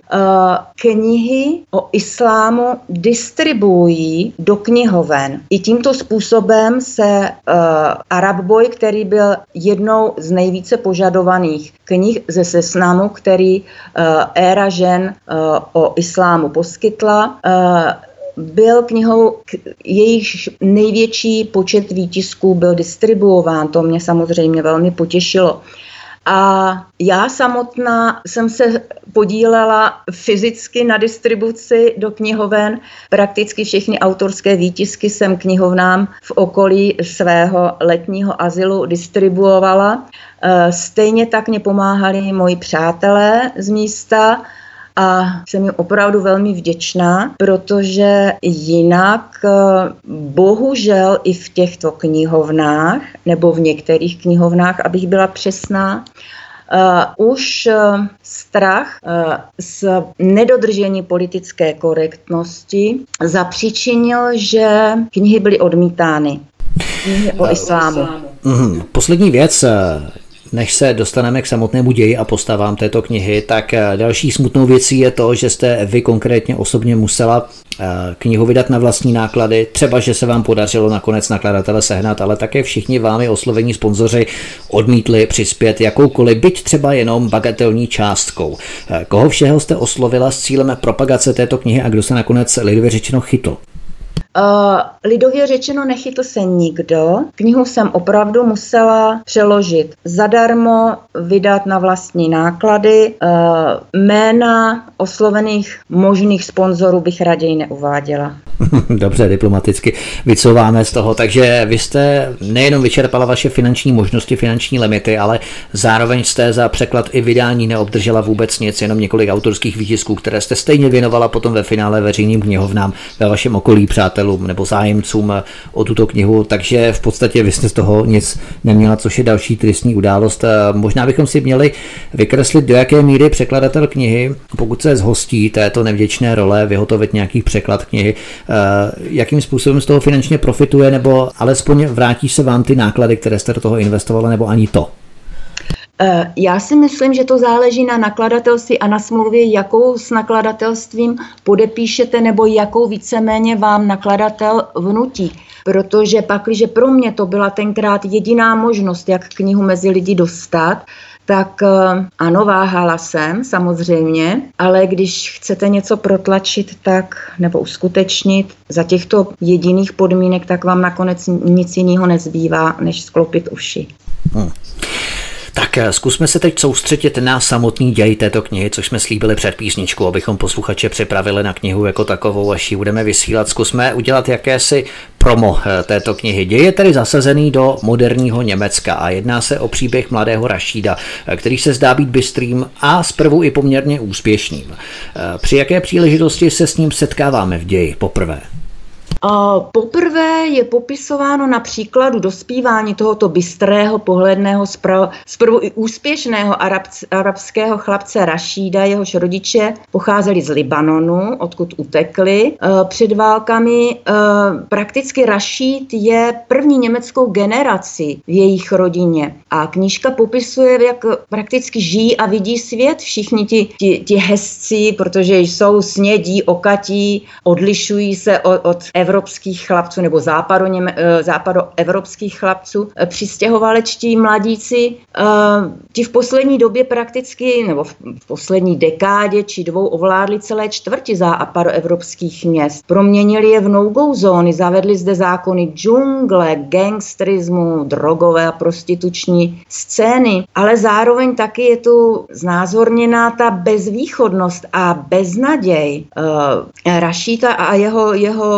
knihy o islámu distribuují do knihoven. I tímto způsobem se Arab Boy, který byl jednou z nejvíce požadovaných knih ze seznamu, který éra žen o islámu poskytla, byl knihou, jejíž největší počet výtisků byl distribuován. To mě samozřejmě velmi potěšilo. A já samotná jsem se podílela fyzicky na distribuci do knihoven. Prakticky všechny autorské výtisky jsem knihovnám v okolí svého letního azylu distribuovala. Stejně tak mě pomáhali moji přátelé z místa, a jsem jim opravdu velmi vděčná, protože jinak bohužel i v těchto knihovnách, nebo v některých knihovnách, abych byla přesná, Uh, už uh, strach uh, z nedodržení politické korektnosti zapříčinil, že knihy byly odmítány. Knihy o islámu. Mm, poslední věc. Než se dostaneme k samotnému ději a postavám této knihy, tak další smutnou věcí je to, že jste vy konkrétně osobně musela knihu vydat na vlastní náklady. Třeba, že se vám podařilo nakonec nakladatele sehnat, ale také všichni vámi oslovení sponzoři odmítli přispět jakoukoliv, byť třeba jenom bagatelní částkou. Koho všeho jste oslovila s cílem propagace této knihy a kdo se nakonec lidově řečeno chytl? Uh, lidově řečeno nechytl se nikdo. Knihu jsem opravdu musela přeložit zadarmo, vydat na vlastní náklady. Uh, jména oslovených možných sponzorů bych raději neuváděla. Dobře, diplomaticky vycouváme z toho, takže vy jste nejenom vyčerpala vaše finanční možnosti, finanční limity, ale zároveň jste za překlad i vydání neobdržela vůbec nic, jenom několik autorských výtisků, které jste stejně věnovala potom ve finále veřejným knihovnám ve vašem okolí, přátelům nebo zájemcům o tuto knihu, takže v podstatě vy jste z toho nic neměla, což je další tristní událost. Možná bychom si měli vykreslit, do jaké míry překladatel knihy, pokud se zhostí této nevděčné role, vyhotovit nějaký překlad knihy, jakým způsobem z toho finančně profituje, nebo alespoň vrátí se vám ty náklady, které jste do toho investovala, nebo ani to? Já si myslím, že to záleží na nakladatelství a na smlouvě, jakou s nakladatelstvím podepíšete, nebo jakou víceméně vám nakladatel vnutí. Protože pakliže pro mě to byla tenkrát jediná možnost, jak knihu mezi lidi dostat, tak ano, váhala jsem samozřejmě, ale když chcete něco protlačit tak nebo uskutečnit za těchto jediných podmínek, tak vám nakonec nic jiného nezbývá, než sklopit uši. Hmm. Tak zkusme se teď soustředit na samotný děj této knihy, což jsme slíbili před písničkou, abychom posluchače připravili na knihu jako takovou, až ji budeme vysílat. Zkusme udělat jakési promo této knihy. Děj je tedy zasazený do moderního Německa a jedná se o příběh mladého Rašída, který se zdá být bystrým a zprvu i poměrně úspěšným. Při jaké příležitosti se s ním setkáváme v ději poprvé? Uh, poprvé je popisováno na příkladu dospívání tohoto bystrého, pohledného, zprvu i úspěšného arabc, arabského chlapce Rašída. Jehož rodiče pocházeli z Libanonu, odkud utekli uh, před válkami. Uh, prakticky Rašíd je první německou generaci v jejich rodině. A knížka popisuje, jak prakticky žijí a vidí svět všichni ti, ti, ti hezci, protože jsou snědí, okatí, odlišují se od, od evropských chlapců nebo západoněme, západoevropských chlapců. Přistěhovalečtí mladíci, ti v poslední době prakticky, nebo v poslední dekádě či dvou ovládli celé čtvrti západoevropských měst. Proměnili je v no-go zóny, zavedli zde zákony džungle, gangsterismu, drogové a prostituční scény, ale zároveň taky je tu znázorněná ta bezvýchodnost a beznaděj. Rašíta a jeho, jeho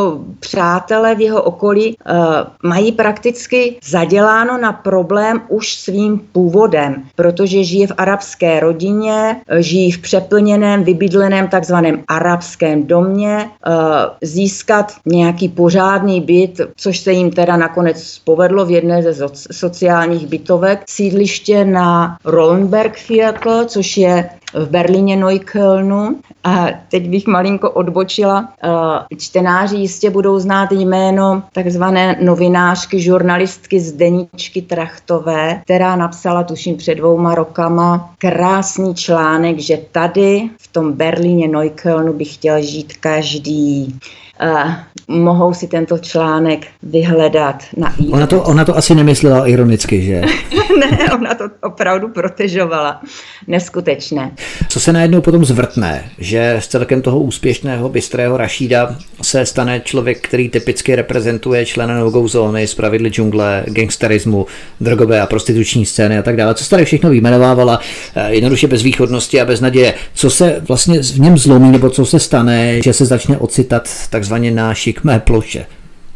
přátelé v jeho okolí mají prakticky zaděláno na problém už svým původem, protože žije v arabské rodině, žijí v přeplněném, vybydleném takzvaném arabském domě, získat nějaký pořádný byt, což se jim teda nakonec povedlo v jedné ze sociálních bytovek, sídliště na Rollenbergviertel, což je v Berlíně Neuköllnu. A teď bych malinko odbočila. Čtenáři jistě budou znát jméno takzvané novinářky, žurnalistky Zdeničky Trachtové, která napsala, tuším před dvouma rokama, krásný článek, že tady v tom Berlíně Neuköllnu by chtěl žít každý. Uh, mohou si tento článek vyhledat na e Ona to, ona to asi nemyslela ironicky, že? Ne, ona to opravdu protežovala. Neskutečné. Co se najednou potom zvrtne, že s celkem toho úspěšného, bystrého Rašída se stane člověk, který typicky reprezentuje člena no-go zóny, zpravidly džungle, gangsterismu, drogové a prostituční scény a tak dále. Co se tady všechno vyjmenovávala, jednoduše bez východnosti a bez naděje. Co se vlastně v něm zlomí, nebo co se stane, že se začne ocitat takzvaně na šikmé ploše?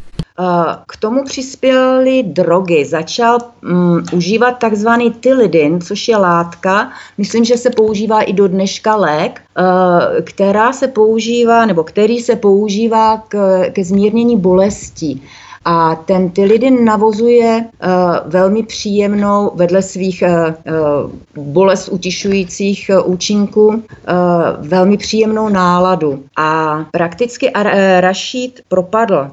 K tomu přispěly drogy. Začal um, užívat takzvaný Tilidin, což je látka, myslím, že se používá i do dneška lék, uh, která se používá, nebo který se používá k, ke zmírnění bolestí. A ten Tilidin navozuje uh, velmi příjemnou, vedle svých uh, bolest utišujících uh, účinků, uh, velmi příjemnou náladu. A prakticky uh, Rašíd propadl uh,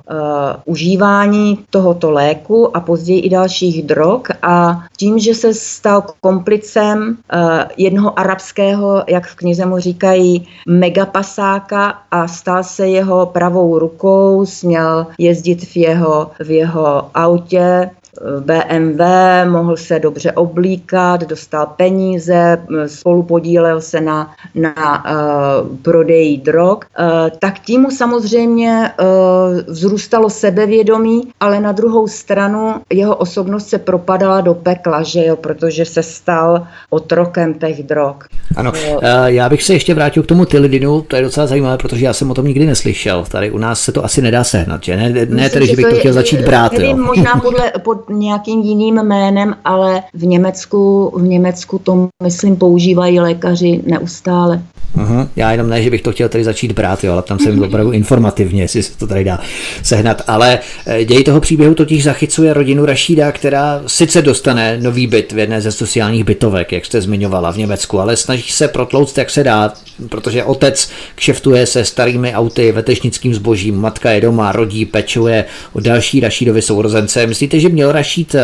užívání tohoto léku a později i dalších drog a tím, že se stal komplicem uh, jednoho arabského, jak v knize mu říkají, megapasáka a stal se jeho pravou rukou, směl jezdit v jeho v jeho autě, bé em vé, mohl se dobře oblíkat, dostal peníze, spolupodílel se na, na uh, prodeji drog, uh, tak tím mu samozřejmě uh, vzrůstalo sebevědomí, ale na druhou stranu jeho osobnost se propadala do pekla, že jo, protože se stal otrokem těch drog. Ano, uh, já bych se ještě vrátil k tomu Tilidinu, to je docela zajímavé, protože já jsem o tom nikdy neslyšel. Tady u nás se to asi nedá sehnat, že? Ne, ne Myslím, tedy, že bych to, to chtěl je, začít brát. Nevím, jo. Možná podle, pod nějakým jiným jménem, ale v Německu, v Německu to, myslím, používají lékaři neustále. Uhum. Já jenom ne, že bych to chtěl tady začít brát, jo, ale tam jsem opravdu informativně, jestli se to tady dá sehnat. Ale děj toho příběhu totiž zachycuje rodinu Rašída, která sice dostane nový byt v jedné ze sociálních bytovek, jak jste zmiňovala, v Německu, ale snaží se protlouct, jak se dá, protože otec kšeftuje se starými auty, vetešnickým zbožím, matka je doma, rodí, pečuje o další Rašídovi sourozence. Myslíte, že měl Rašíd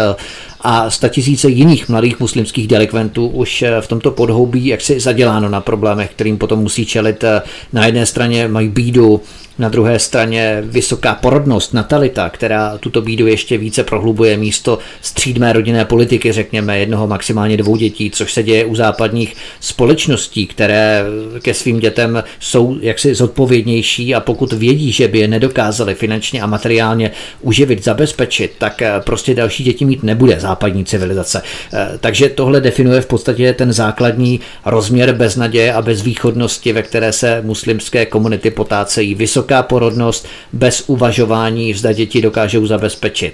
a statisíce jiných mladých muslimských delikventů už v tomto podhoubí jaksi zaděláno na problémech, kterým potom musí čelit? Na jedné straně mají bídu, na druhé straně vysoká porodnost, natalita, která tuto bídu ještě více prohlubuje místo střídmé rodinné politiky, řekněme, jednoho maximálně dvou dětí, což se děje u západních společností, které ke svým dětem jsou jaksi zodpovědnější a pokud vědí, že by je nedokázali finančně a materiálně uživit, zabezpečit, tak prostě další děti mít nebude západní civilizace. Takže tohle definuje v podstatě ten základní rozměr beznaděje a bezvýchodnosti, ve které se muslimské komunity potácejí. Vysoká porodnost bez uvažování, zda děti dokážou zabezpečit.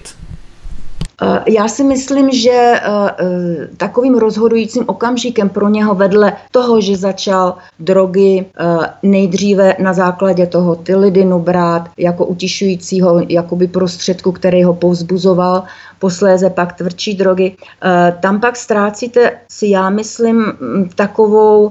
Já si myslím, že takovým rozhodujícím okamžikem pro něho vedle toho, že začal drogy nejdříve na základě toho Tilidinu brát jako utišujícího jakoby prostředku, který ho povzbuzoval, posléze pak tvrdší drogy, tam pak ztrácíte si, já myslím, takovou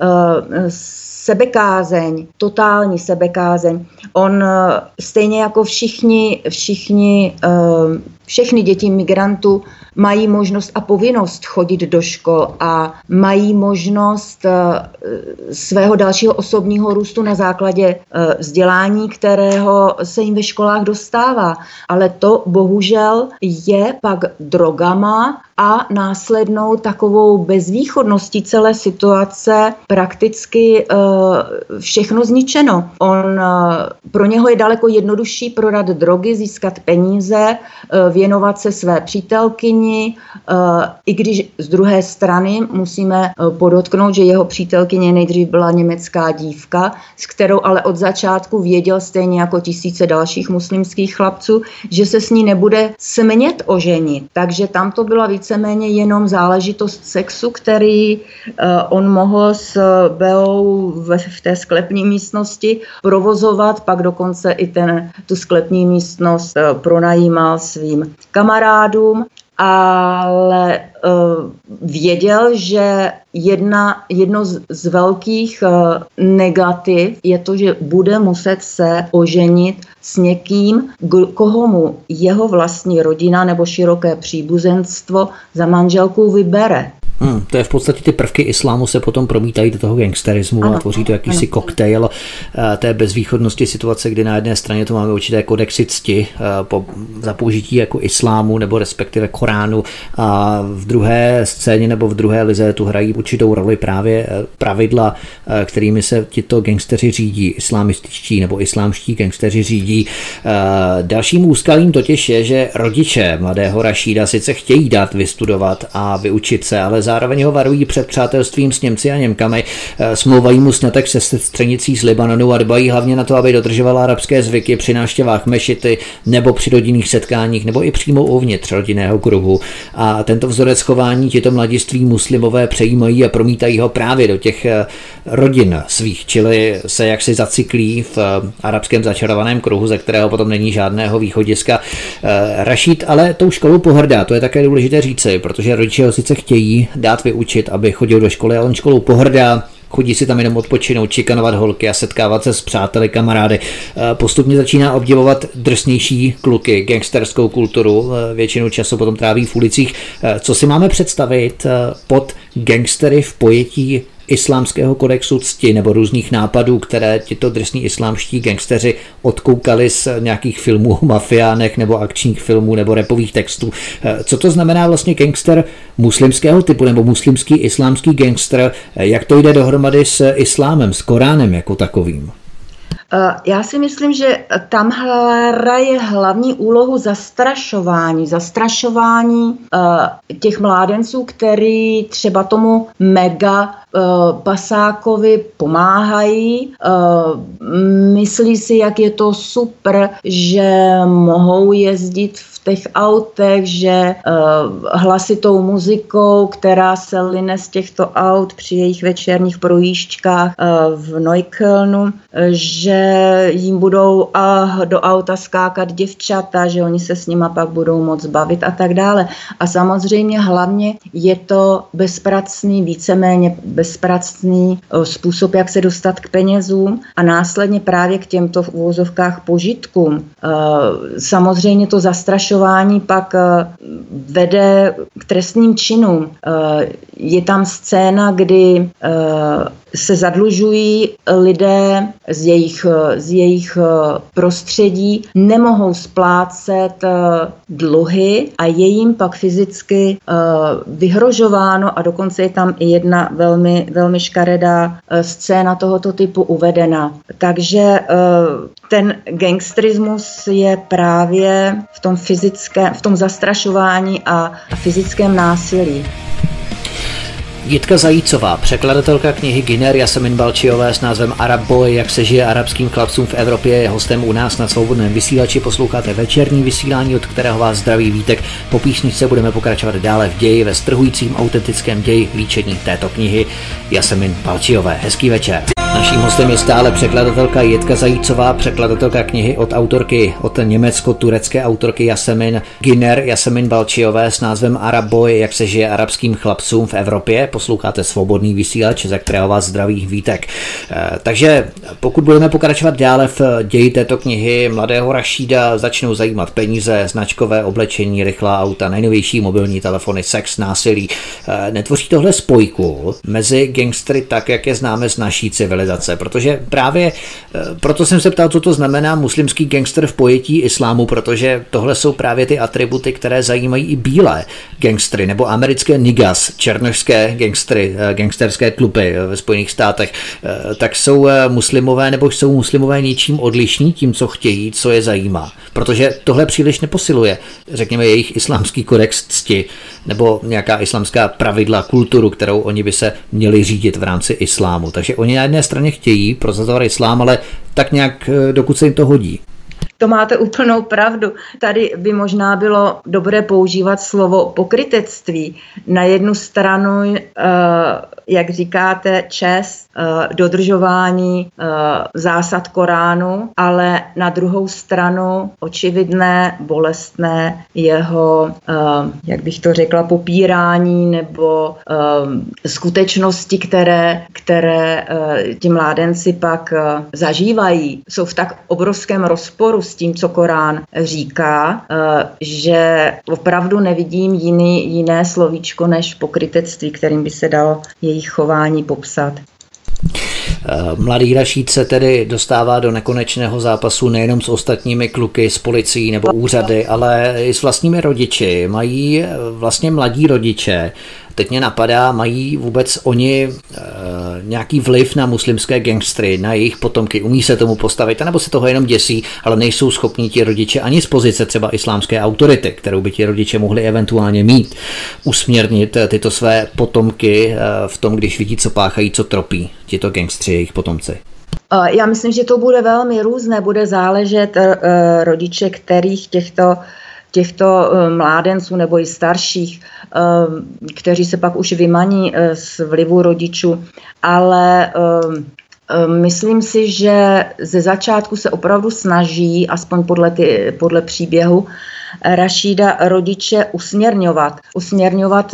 sebekázeň, totální sebekázeň. On stejně jako všichni, všichni, všechny děti migrantů mají možnost a povinnost chodit do škol a mají možnost svého dalšího osobního růstu na základě vzdělání, kterého se jim ve školách dostává. Ale to bohužel je pak drogama a následnou takovou bezvýchodností celé situace prakticky všechno zničeno. On, pro něho je daleko jednodušší prodat drogy, získat peníze, věnovat se své přítelkyni, i když z druhé strany musíme podotknout, že jeho přítelkyně nejdřív byla německá dívka, s kterou ale od začátku věděl stejně jako tisíce dalších muslimských chlapců, že se s ní nebude smět oženit. Takže tam to byla víceméně jenom záležitost sexu, který on mohl s Beou v té sklepní místnosti provozovat, pak dokonce i ten, tu sklepní místnost pronajímal svým kamarádům, ale uh, věděl, že jedna, jedno z, z velkých uh, negativ je to, že bude muset se oženit s někým, koho mu jeho vlastní rodina nebo široké příbuzenstvo za manželku vybere. Hmm, to je v podstatě ty prvky islámu se potom promítají do toho gangsterismu a tvoří to jakýsi koktejl té bezvýchodnosti situace, kdy na jedné straně to máme určité kodexy cti po, za použití jako islámu nebo respektive Koránu a v druhé scéně nebo v druhé lize tu hrají určitou roli právě pravidla, kterými se tito gangsteři řídí, islamističtí nebo islámští gangsteři řídí. Dalším úskalím totiž je, že rodiče mladého Rašída sice chtějí dát vystudovat a vyučit se, ale zároveň ho varují před přátelstvím s Němci a Němkami, smlouvají mu sňatek se sestřenicí z Libanonu a dbají hlavně na to, aby dodržovala arabské zvyky při návštěvách mešity nebo při rodinných setkáních nebo i přímo uvnitř rodinného kruhu. A tento vzorec chování tito mladiství muslimové přejímají a promítají ho právě do těch rodin svých, čili se jaksi zacyklí v arabském začarovaném kruhu, ze kterého potom není žádného východiska. Rašíd ale tou školou pohrdá, to je také důležité říci, protože rodiče ho sice chtějí dát vyučit, aby chodil do školy, ale on školou pohrdá, chodí si tam jenom odpočinout, čikanovat holky a setkávat se s přáteli, kamarády. Postupně začíná obdivovat drsnější kluky, gangsterskou kulturu, většinu času potom tráví v ulicích. Co si máme představit pod gangstery v pojetí islámského kodexu cti nebo různých nápadů, které tito drsní islámští gangsteři odkoukali z nějakých filmů o mafiánech nebo akčních filmů nebo rapových textů. Co to znamená vlastně gangster muslimského typu nebo muslimský islámský gangster? Jak to jde dohromady s islámem, s Koránem jako takovým? Já si myslím, že tam hraje hlavní úlohu zastrašování. Zastrašování těch mládenců, který třeba tomu mega pasákovi pomáhají. Myslí si, jak je to super, že mohou jezdit v těch autech, že hlasitou muzikou, která se line z těchto aut při jejich večerních projížďkách v Neuköllnu, že jim budou do auta skákat děvčata, že oni se s nima pak budou moc bavit a tak dále. A samozřejmě hlavně je to bezpracný, víceméně bezpracný způsob, jak se dostat k penězům a následně právě k těmto v uvozovkách požitkům. Samozřejmě to zastrašování pak vede k trestným činům. Je tam scéna, kdy se zadlužují lidé z jejich, z jejich prostředí, nemohou splácet dluhy a je jim pak fyzicky vyhrožováno a dokonce je tam i jedna velmi, velmi škaredá scéna tohoto typu uvedena. Takže ten gangsterismus je právě v tom fyzickém, v tom zastrašování a fyzickém násilí. Jitka Zajícová, překladatelka knihy Giner Yasemin Balčiové s názvem Arab Boy, jak se žije arabským chlapcům v Evropě, je hostem u nás na Svobodném vysílači. Posloucháte večerní vysílání, od kterého vás zdraví Vítek. Po písničce budeme pokračovat dále v ději, ve strhujícím autentickém ději líčení této knihy Yasemin Balčiové. Hezký večer. Naším hostem je stále překladatelka Jitka Zajícová, překladatelka knihy od autorky, od německo-turecké autorky Yasemin Giner Yasemin Balčiové s názvem Arab Boy, jak se žije arabským chlapcům v Evropě. Posloucháte Svobodný vysílač, za kterého vás zdraví Vítek. Takže pokud budeme pokračovat dále v ději této knihy mladého Rašída, začnou zajímat peníze, značkové oblečení, rychlá auta, nejnovější mobilní telefony, sex, násilí. Netvoří tohle spojku mezi gangstery tak, jak je známe z naší civilizace, radikalizace, protože právě proto jsem se ptal, co to znamená muslimský gangster v pojetí islámu, protože tohle jsou právě ty atributy, které zajímají i bílé gangstery nebo americké niggas, černošské gangstery, gangsterské tlupy ve Spojených státech. Tak jsou muslimové nebo jsou muslimové něčím odlišní tím, co chtějí, co je zajímá, protože tohle příliš neposiluje, řekněme, jejich islámský kodex cti nebo nějaká islámská pravidla, kulturu, kterou oni by se měli řídit v rámci islámu. Takže oni na jedné straně chtějí prosazovat islám, ale tak nějak, dokud se jim to hodí. To máte úplnou pravdu. Tady by možná bylo dobré používat slovo pokrytectví. Na jednu stranu, jak říkáte, čest, dodržování zásad Koránu, ale na druhou stranu očividné, bolestné jeho, jak bych to řekla, popírání nebo skutečnosti, které, které ti mládenci pak zažívají, jsou v tak obrovském rozporu s tím, co Korán říká, že opravdu nevidím jiný, jiné slovíčko než pokrytectví, kterým by se dalo jejich chování popsat. Mladý Rašíd se tedy dostává do nekonečného zápasu nejenom s ostatními kluky, s policií nebo úřady, ale i s vlastními rodiči. Mají vlastně mladí rodiče, teď mě napadá, mají vůbec oni e, nějaký vliv na muslimské gangstry, na jejich potomky, umí se tomu postavit, anebo se toho jenom děsí, ale nejsou schopní ti rodiče ani z pozice třeba islámské autority, kterou by ti rodiče mohli eventuálně mít, usměrnit tyto své potomky e, v tom, když vidí, co páchají, co tropí tito gangstři, jejich potomci. Já myslím, že to bude velmi různé, bude záležet e, rodiče, kterých těchto těchto mládenců nebo i starších, kteří se pak už vymaní z vlivu rodičů, ale myslím si, že ze začátku se opravdu snaží, aspoň podle, ty, podle příběhu Rašída, rodiče usměrňovat. Usměrňovat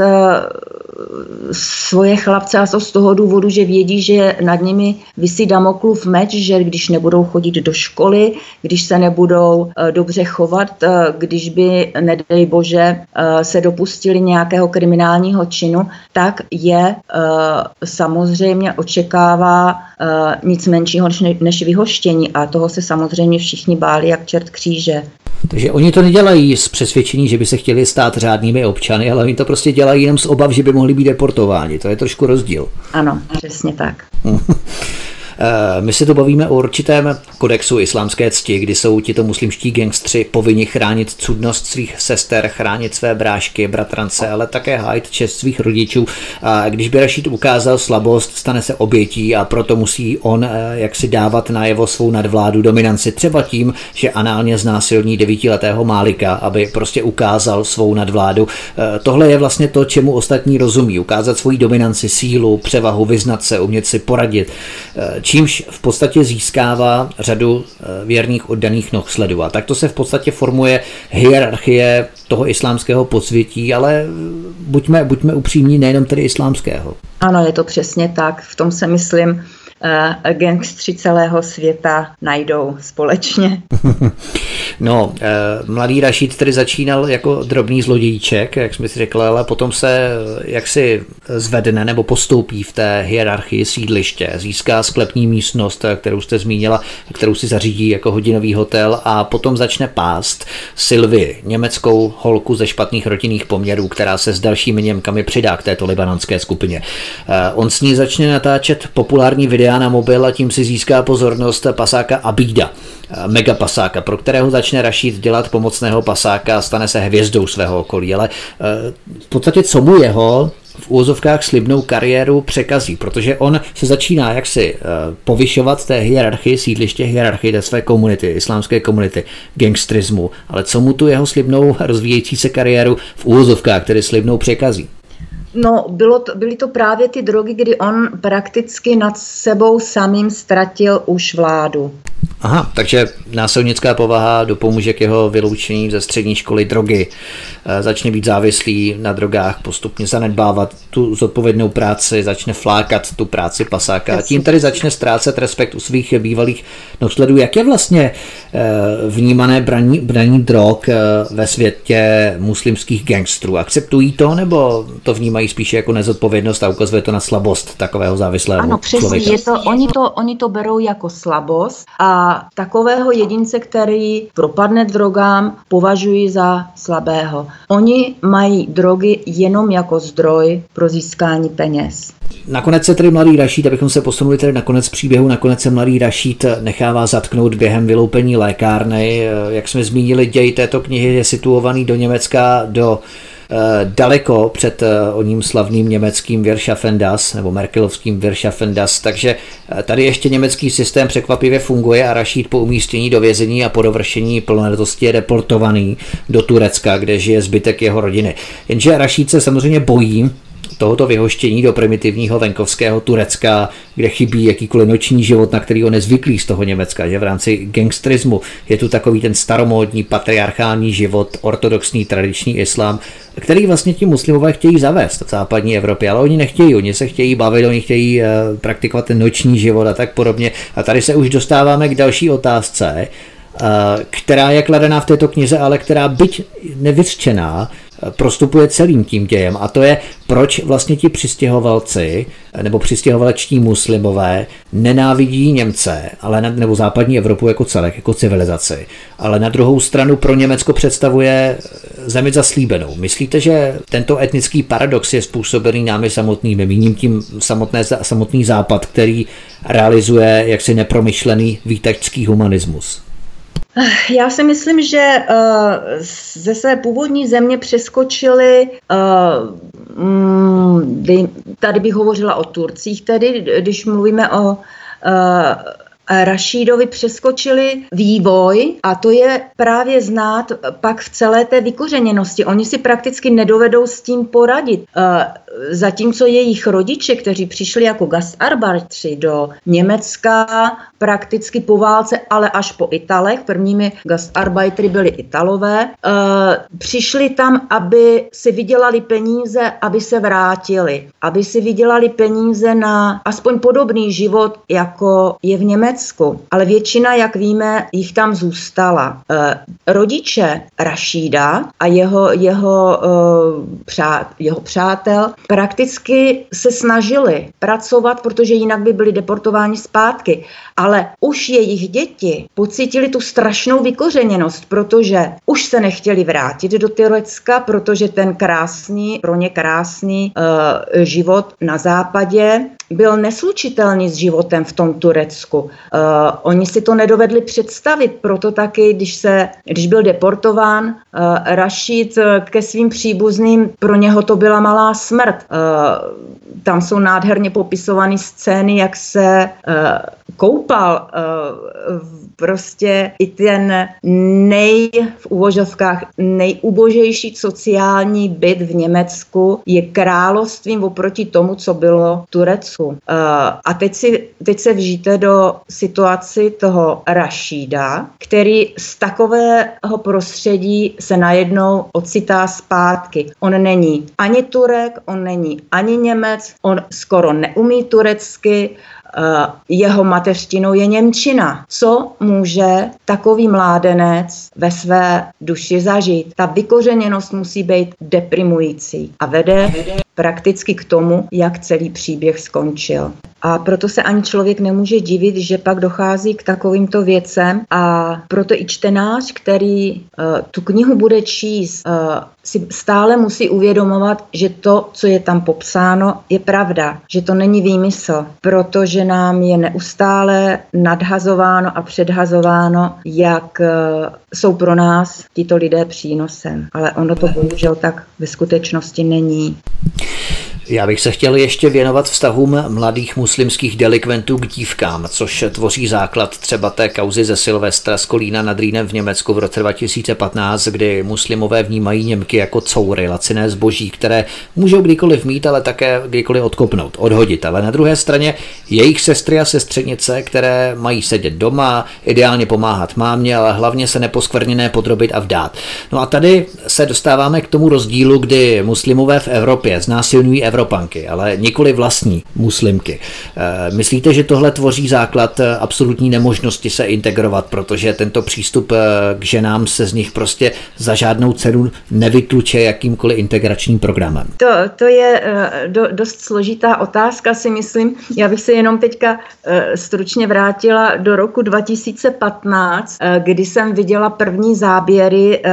svoje chlapce, a to z toho důvodu, že vědí, že nad nimi visí Damoklův meč, že když nebudou chodit do školy, když se nebudou dobře chovat, když by, nedej bože, se dopustili nějakého kriminálního činu, tak je samozřejmě očekává nic menšího než vyhoštění, a toho se samozřejmě všichni báli jak čert kříže. Takže oni to nedělají z přesvědčení, že by se chtěli stát řádnými občany, ale oni to prostě dělají jenom z obav, že by mohli být deportováni. To je trošku rozdíl. Ano, přesně tak. My se tu bavíme o určitém kodexu islámské cti, kdy jsou tito muslimští gangstři povinni chránit cudnost svých sester, chránit své brášky, bratrance, ale také hájit čest svých rodičů. A když by Rašíd ukázal slabost, stane se obětí a proto musí on jaksi dávat najevo svou nadvládu, dominanci, třeba tím, že análně znásilní devítiletého Málika, aby prostě ukázal svou nadvládu. Tohle je vlastně to, čemu ostatní rozumí. Ukázat svoji dominanci, sílu, převahu, vyznat se, umět si poradit, čímž v podstatě získává řadu věrných oddaných nohsledů. A takto se v podstatě formuje hierarchie toho islámského podsvětí, ale buďme, buďme upřímní, nejenom tedy islámského. Ano, je to přesně tak. V tom se myslím, gangstři celého světa najdou společně. No, mladý Rašíd tedy začínal jako drobný zlodějíček, jak jsme si řekli, ale potom se jaksi zvedne nebo postoupí v té hierarchii sídliště, získá sklepní místnost, kterou jste zmínila, kterou si zařídí jako hodinový hotel, a potom začne pást Sylvii, německou holku ze špatných rodinných poměrů, která se s dalšími Němkami přidá k této libanonské skupině. On s ní začne natáčet populární videa na mobil a tím si získá pozornost pasáka Abída, mega pasáka, pro kterého začne Rašíd dělat pomocného pasáka a stane se hvězdou svého okolí. Ale v podstatě co mu jeho v úvozovkách slibnou kariéru překazí, protože on se začíná jaksi povyšovat z té hierarchii, sídliště hierarchii té své komunity, islámské komunity, gangstrismu, ale co mu tu jeho slibnou rozvíjející se kariéru v úvozovkách, tedy slibnou překazí? No, bylo to, byly to právě ty drogy, kdy on prakticky nad sebou samým ztratil už vládu. Aha, takže násilnická povaha dopomůže k jeho vyloučení ze střední školy, drogy, začne být závislý na drogách, postupně zanedbávat tu zodpovědnou práci, začne flákat tu práci pasáka a tím tady začne ztrácet respekt u svých bývalých nohsledů. Jak je vlastně vnímané braní, braní drog ve světě muslimských gangstrů? Akceptují to, nebo to vnímají vnímají spíše jako nezodpovědnost a ukazuje to na slabost takového závislého ano, přesně, člověka. Je to, oni, to, oni to berou jako slabost a takového jedince, který propadne drogám, považují za slabého. Oni mají drogy jenom jako zdroj pro získání peněz. Nakonec se tedy mladý Rašíd, abychom se posunuli tedy na konec příběhu, nakonec se mladý Rašíd nechává zatknout během vyloupení lékárny. Jak jsme zmínili, děj této knihy je situovaný do Německa, do daleko před oním slavným německým Wirtschaffen das nebo merkelovským Wirtschaffen das, takže tady ještě německý systém překvapivě funguje a Rašíd po umístění do vězení a po dovršení plnoletosti je deportovaný do Turecka, kde žije zbytek jeho rodiny. Jenže Rašíd se samozřejmě bojí tohoto vyhoštění do primitivního venkovského Turecka, kde chybí jakýkoliv noční život, na který ho nezvyklý z toho Německa, že v rámci gangsterismu je tu takový ten staromódní patriarchální život, ortodoxní tradiční islám, který vlastně ti muslimové chtějí zavést v západní Evropě, ale oni nechtějí, oni se chtějí bavit, oni chtějí uh, praktikovat ten noční život a tak podobně. A tady se už dostáváme k další otázce, uh, která je kladená v této knize, ale která byť nevyřčená, prostupuje celým tím dějem, a to je, proč vlastně ti přistěhovalci nebo přistěhovalečtí muslimové nenávidí Němce, ale na, nebo západní Evropu jako celek, jako civilizaci, ale na druhou stranu pro Německo představuje zemi zaslíbenou. Myslíte, že tento etnický paradox je způsobený námi samotnými, míním tím samotné, samotný západ, který realizuje jaksi nepromyšlený výtačský humanismus? Já si myslím, že uh, ze své původní země přeskočili, uh, um, tady bych hovořila o Turcích, tedy, když mluvíme o uh, Rašídovi, přeskočili vývoj a to je právě znát pak v celé té vykořeněnosti. Oni si prakticky nedovedou s tím poradit. Zatímco jejich rodiče, kteří přišli jako gastarbeitři do Německa prakticky po válce, ale až po Italech, prvními gastarbeitery byli Italové, přišli tam, aby si vydělali peníze, aby se vrátili, aby si vydělali peníze na aspoň podobný život, jako je v Německu. Ale většina, jak víme, jich tam zůstala. Rodiče Rašída a jeho, jeho, přá, jeho přátel prakticky se snažili pracovat, protože jinak by byli deportováni zpátky. Ale už jejich děti pocítili tu strašnou vykořeněnost, protože už se nechtěli vrátit do Turecka, protože ten krásný, pro ně krásný uh, život na západě byl neslučitelný s životem v tom Turecku. Uh, oni si to nedovedli představit, proto taky, když, se, když byl deportován uh, Rašíd ke svým příbuzným, pro něho to byla malá smrt. Uh, tam jsou nádherně popisované scény, jak se uh, koupal uh, prostě i ten nej, v uvozovkách nejubožejší sociální byt v Německu je královstvím oproti tomu, co bylo v Turecku. Uh, a teď, si, teď se vžijte do situaci toho Rašída, který z takového prostředí se najednou ocitá zpátky. On není ani Turek, on není ani Němec, on skoro neumí turecky, Uh, jeho mateřštinou je němčina. Co může takový mládenec ve své duši zažít? Ta vykořeněnost musí být deprimující a vede, vede prakticky k tomu, jak celý příběh skončil. A proto se ani člověk nemůže divit, že pak dochází k takovýmto věcem a proto i čtenář, který uh, tu knihu bude číst, uh, si stále musí uvědomovat, že to, co je tam popsáno, je pravda, že to není výmysl, protože nám je neustále nadhazováno a předhazováno, jak uh, jsou pro nás tito lidé přínosem. Ale ono to bohužel tak ve skutečnosti není. Já bych se chtěl ještě věnovat vztahům mladých muslimských delikventů k dívkám, což tvoří základ třeba té kauzy ze Silvestra z Kolína nad Rýnem v Německu v roce dva tisíce patnáct, kdy muslimové vnímají Němky jako coury, laciné zboží, které můžou kdykoliv mít, ale také kdykoliv odkopnout, odhodit. Ale na druhé straně jejich sestry a sestřenice, které mají sedět doma, ideálně pomáhat mámě, ale hlavně se neposkvrněné podrobit a vdát. No a tady se dostáváme k tomu rozdílu, kdy muslimové v Evropě znásilňují Evropu Evropanky, ale nikoli vlastní muslimky. Myslíte, že tohle tvoří základ absolutní nemožnosti se integrovat, protože tento přístup k ženám se z nich prostě za žádnou cenu nevytluče jakýmkoliv integračním programem? To, to je do, dost složitá otázka, si myslím. Já bych se jenom teďka stručně vrátila do roku dva tisíce patnáct, kdy jsem viděla první záběry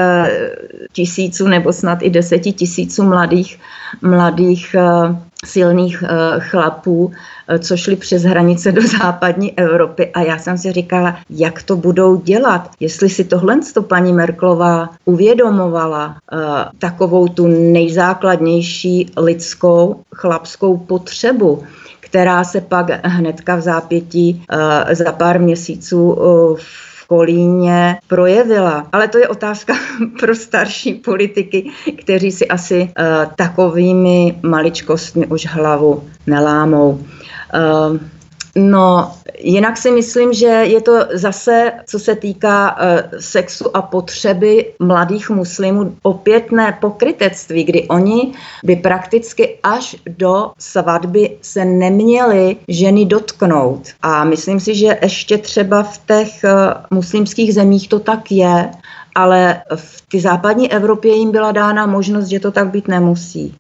tisíců nebo snad i deseti tisíců mladých, mladých silných chlapů, co šli přes hranice do západní Evropy, a já jsem si říkala, jak to budou dělat, jestli si tohle to paní Merkelová uvědomovala, takovou tu nejzákladnější lidskou chlapskou potřebu, která se pak hnedka v zápětí za pár měsíců v Kolíně projevila. Ale to je otázka pro starší politiky, kteří si asi uh, takovými maličkostmi už hlavu nelámou. Uh, No, jinak si myslím, že je to zase, co se týká uh, sexu a potřeby mladých muslimů, opětné pokrytectví, kdy oni by prakticky až do svatby se neměli ženy dotknout. A myslím si, že ještě třeba v těch uh, muslimských zemích to tak je, ale v té západní Evropě jim byla dána možnost, že to tak být nemusí.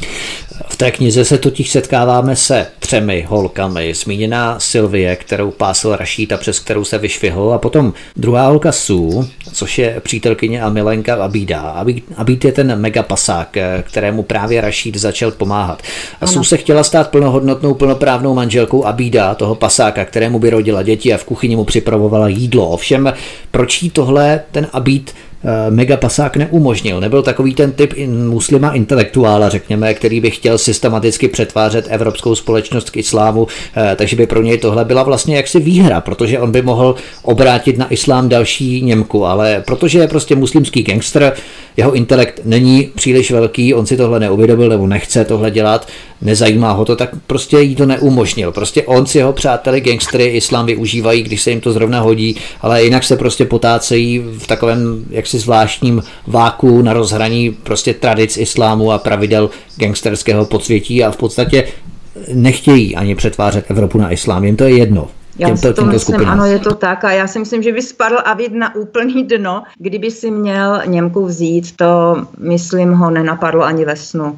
V té knize se totiž setkáváme se třemi holkami. Zmíněná Sylvie, kterou pásl Rašíd a přes kterou se vyšvihl, a potom druhá holka Sue, což je přítelkyně a milenka Abída. Abíd je ten megapasák, kterému právě Rašíd začal pomáhat. A Sue se chtěla stát plnohodnotnou, plnoprávnou manželkou Abída, toho pasáka, kterému by rodila děti a v kuchyni mu připravovala jídlo. Ovšem, proč jí tohle ten Abíd megapasák neumožnil? Nebyl takový ten typ muslima intelektuála, řekněme, který by chtěl systematicky přetvářet evropskou společnost k islámu, takže by pro něj tohle byla vlastně jaksi výhra, protože on by mohl obrátit na islám další Němku, ale protože je prostě muslimský gangster, jeho intelekt není příliš velký, on si tohle neuvědomil nebo nechce tohle dělat, nezajímá ho to, tak prostě jí to neumožnil. Prostě on si jeho přáteli gangstery islám využívají, když se jim to zrovna hodí, ale jinak se prostě potácejí v takovém jaksi zvláštním váku na rozhraní prostě tradic islámu a pravidel gangsterského podsvětí a v podstatě nechtějí ani přetvářet Evropu na islám, jim to je jedno. Já těmto, si to myslím, skupinám. Ano, je to tak, a já si myslím, že by spadl Abíd na úplný dno, kdyby si měl Němku vzít, to myslím ho nenapadlo ani ve snu.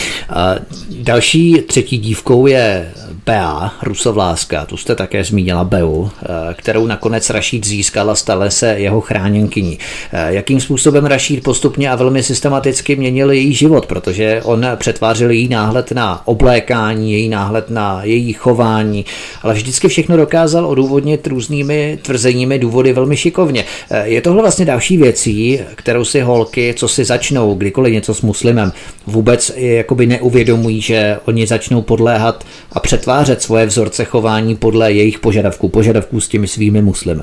A další třetí dívkou je Bea, Rusovláska, tu jste také zmínila Beu, kterou nakonec Rašíd získal a stala se jeho chráněnkyní. Jakým způsobem Rašíd postupně a velmi systematicky měnil její život, protože on přetvářel její náhled na oblékání, její náhled na její chování, ale vždycky všechno dokázal odůvodnit různými tvrzeními, důvody velmi šikovně. Je tohle vlastně další věcí, kterou si holky, co si začnou, kdykoliv něco s muslimem, vůbec jakoby neuvědomují, že oni začnou podléhat a přetvářet svoje vzorce chování podle jejich požadavků, požadavků s těmi svými muslimy.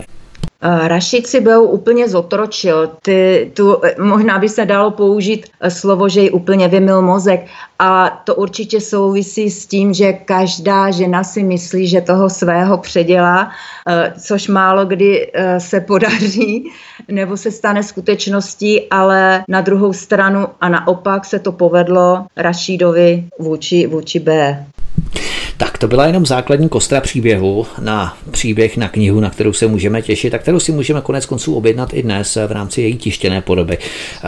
Rašíd si Beu úplně zotročil. Ty, tu, možná by se dalo použít slovo, že jí úplně vymyl mozek. A to určitě souvisí s tím, že každá žena si myslí, že toho svého předělá, což málo kdy se podaří nebo se stane skutečností, ale na druhou stranu a naopak se to povedlo Rašídovi vůči, vůči B. Tak to byla jenom základní kostra příběhu na příběh, na knihu, na kterou se můžeme těšit a kterou si můžeme konec konců objednat i dnes v rámci její tištěné podoby.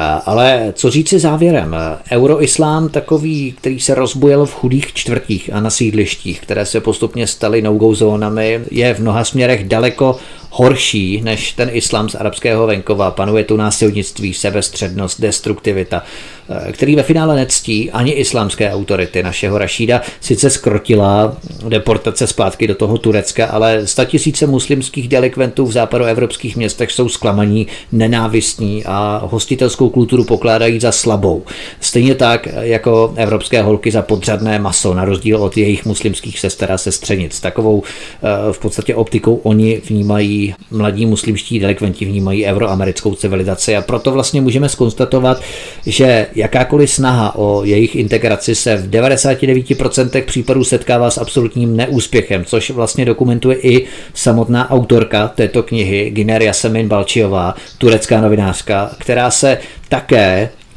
Ale co říci závěrem? Euroislám takový, který se rozbujel v chudých čtvrtích a na sídlištích, které se postupně staly no-go zónami, je v mnoha směrech daleko horší než ten islám z arabského venkova. Panuje tu násilnictví, sebestřednost, destruktivita, který ve finále nectí ani islámské autority. Našeho Rašída sice skrotila deportace zpátky do toho Turecka, ale statisíce muslimských delikventů v západoevropských městech jsou zklamaní, nenávistní a hostitelskou kulturu pokládají za slabou. Stejně tak jako evropské holky za podřadné maso, na rozdíl od jejich muslimských sester a sestřenic. Takovou v podstatě optikou oni vnímají, mladí muslimští delikventi vnímají euroamerickou civilizaci, a proto vlastně můžeme zkonstatovat, že jakákoliv snaha o jejich integraci se v devadesát devět procent případů setkává s absolutním neúspěchem, což vlastně dokumentuje i samotná autorka této knihy, Güner Yasemin Balčiová, turecká novinářka, která se také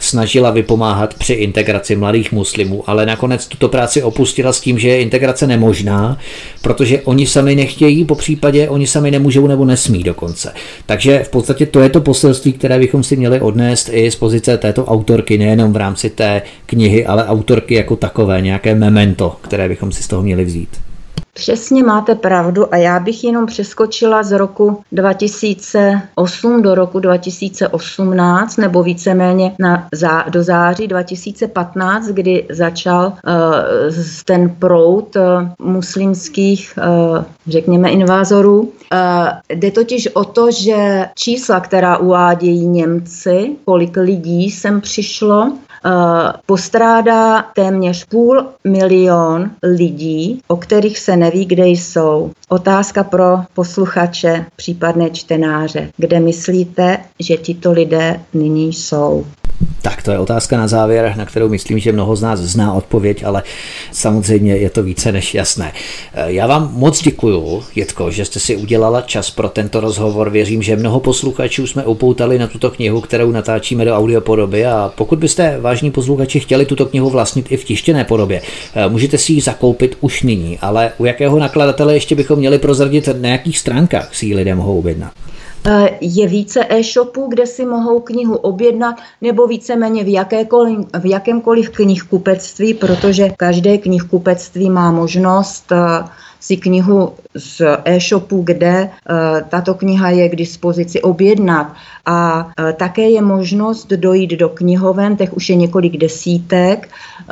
snažila vypomáhat při integraci mladých muslimů, ale nakonec tuto práci opustila s tím, že je integrace nemožná, protože oni sami nechtějí, po případě oni sami nemůžou nebo nesmí dokonce. Takže v podstatě to je to poselství, které bychom si měli odnést i z pozice této autorky, nejenom v rámci té knihy, ale autorky jako takové, nějaké memento, které bychom si z toho měli vzít. Přesně máte pravdu a já bych jenom přeskočila z roku dva tisíce osm do roku dva tisíce osmnáct nebo víceméně na, zá, do září dva tisíce patnáct, kdy začal uh, ten proud uh, muslimských, uh, řekněme, invázorů. Uh, jde totiž o to, že čísla, která uvádějí Němci, kolik lidí sem přišlo, Uh, postrádá téměř půl milion lidí, o kterých se neví, kde jsou. Otázka pro posluchače, případné čtenáře. Kde myslíte, že tito lidé nyní jsou? Tak to je otázka na závěr, na kterou myslím, že mnoho z nás zná odpověď, ale samozřejmě je to více než jasné. Já vám moc děkuju, Jitko, že jste si udělala čas pro tento rozhovor. Věřím, že mnoho posluchačů jsme upoutali na tuto knihu, kterou natáčíme do audiopodoby, a pokud byste, vážní posluchači, chtěli tuto knihu vlastnit i v tištěné podobě, můžete si ji zakoupit už nyní, ale u jakého nakladatele ještě bychom měli prozradit, na jakých stránkách si ji lidé mohou objednat? Je více e-shopů, kde si mohou knihu objednat, nebo víceméně v, v jakémkoliv knihkupectví, protože každé knihkupectví má možnost si knihu z e-shopu, kde tato kniha je k dispozici, objednat. A také je možnost dojít do knihoven, těch už je několik desítek,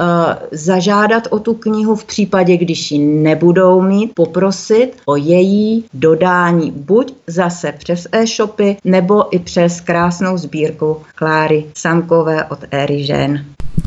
zažádat o tu knihu v případě, když ji nebudou mít, poprosit o její dodání buď zase přes e-shopy, nebo i přes krásnou sbírku Kláry Samkové od Éry žen.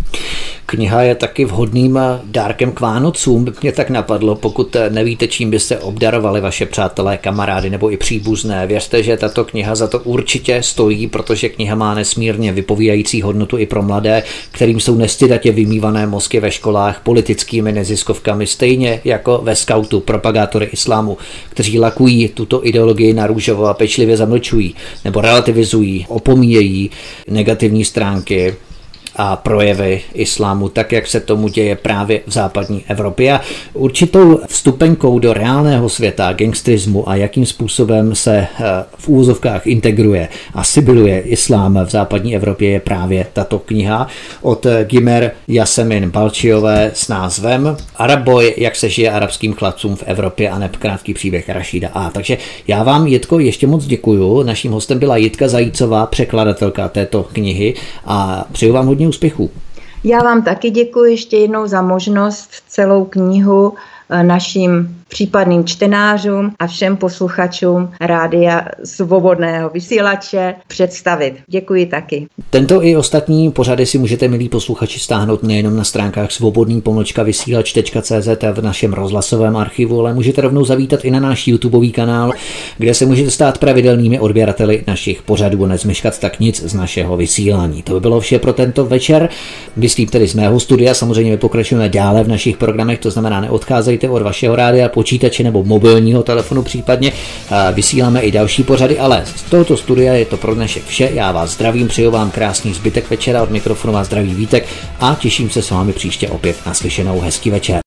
Kniha je taky vhodným dárkem k Vánocům. Mě tak napadlo, pokud nevíte, čím byste obdarovali vaše přátelé, kamarády nebo i příbuzné. Věřte, že tato kniha za to určitě stojí, protože kniha má nesmírně vypovídající hodnotu i pro mladé, kterým jsou nestydatě vymývané mozky ve školách politickými neziskovkami, stejně jako ve skautu propagátory islámu, kteří lakují tuto ideologii na růžovo a pečlivě zamlčují nebo relativizují, opomíjejí negativní stránky a projevy islámu, tak jak se tomu děje právě v západní Evropě. A určitou vstupenkou do reálného světa gangsterismu a jakým způsobem se v úvozovkách integruje, asimiluje islám v západní Evropě, je právě tato kniha od Gimer Yasemin Balčiové s názvem Araboj, jak se žije arabským chlapcům v Evropě, a neb krátký příběh Rašída A. Takže já vám, Jitko, ještě moc děkuju. Naším hostem byla Jitka Zajícová, překladatelka této knihy, a přeju vám hodně úspěchů. Já vám taky děkuji ještě jednou za možnost celou knihu našim případným čtenářům a všem posluchačům Rádia Svobodného vysílače představit. Děkuji taky. Tento i ostatní pořady si můžete, milí posluchači, stáhnout nejenom na stránkách svobodný pomlčka vysílač tečka cé zet v našem rozhlasovém archivu, ale můžete rovnou zavítat i na náš YouTubeový kanál, kde se můžete stát pravidelnými odběrateli našich pořadů a nezmeškat tak nic z našeho vysílání. To by bylo vše pro tento večer. Myslím tedy z mého studia, samozřejmě my pokračujeme dále v našich programech, to znamená, neodcházejte od vašeho rádia, počítače nebo mobilního telefonu případně. Vysíláme i další pořady, ale z tohoto studia je to pro dnešek vše. Já vás zdravím, přeju vám krásný zbytek večera, od mikrofonu vás zdraví Vítek a těším se s vámi příště opět na slyšenou. Hezký večer.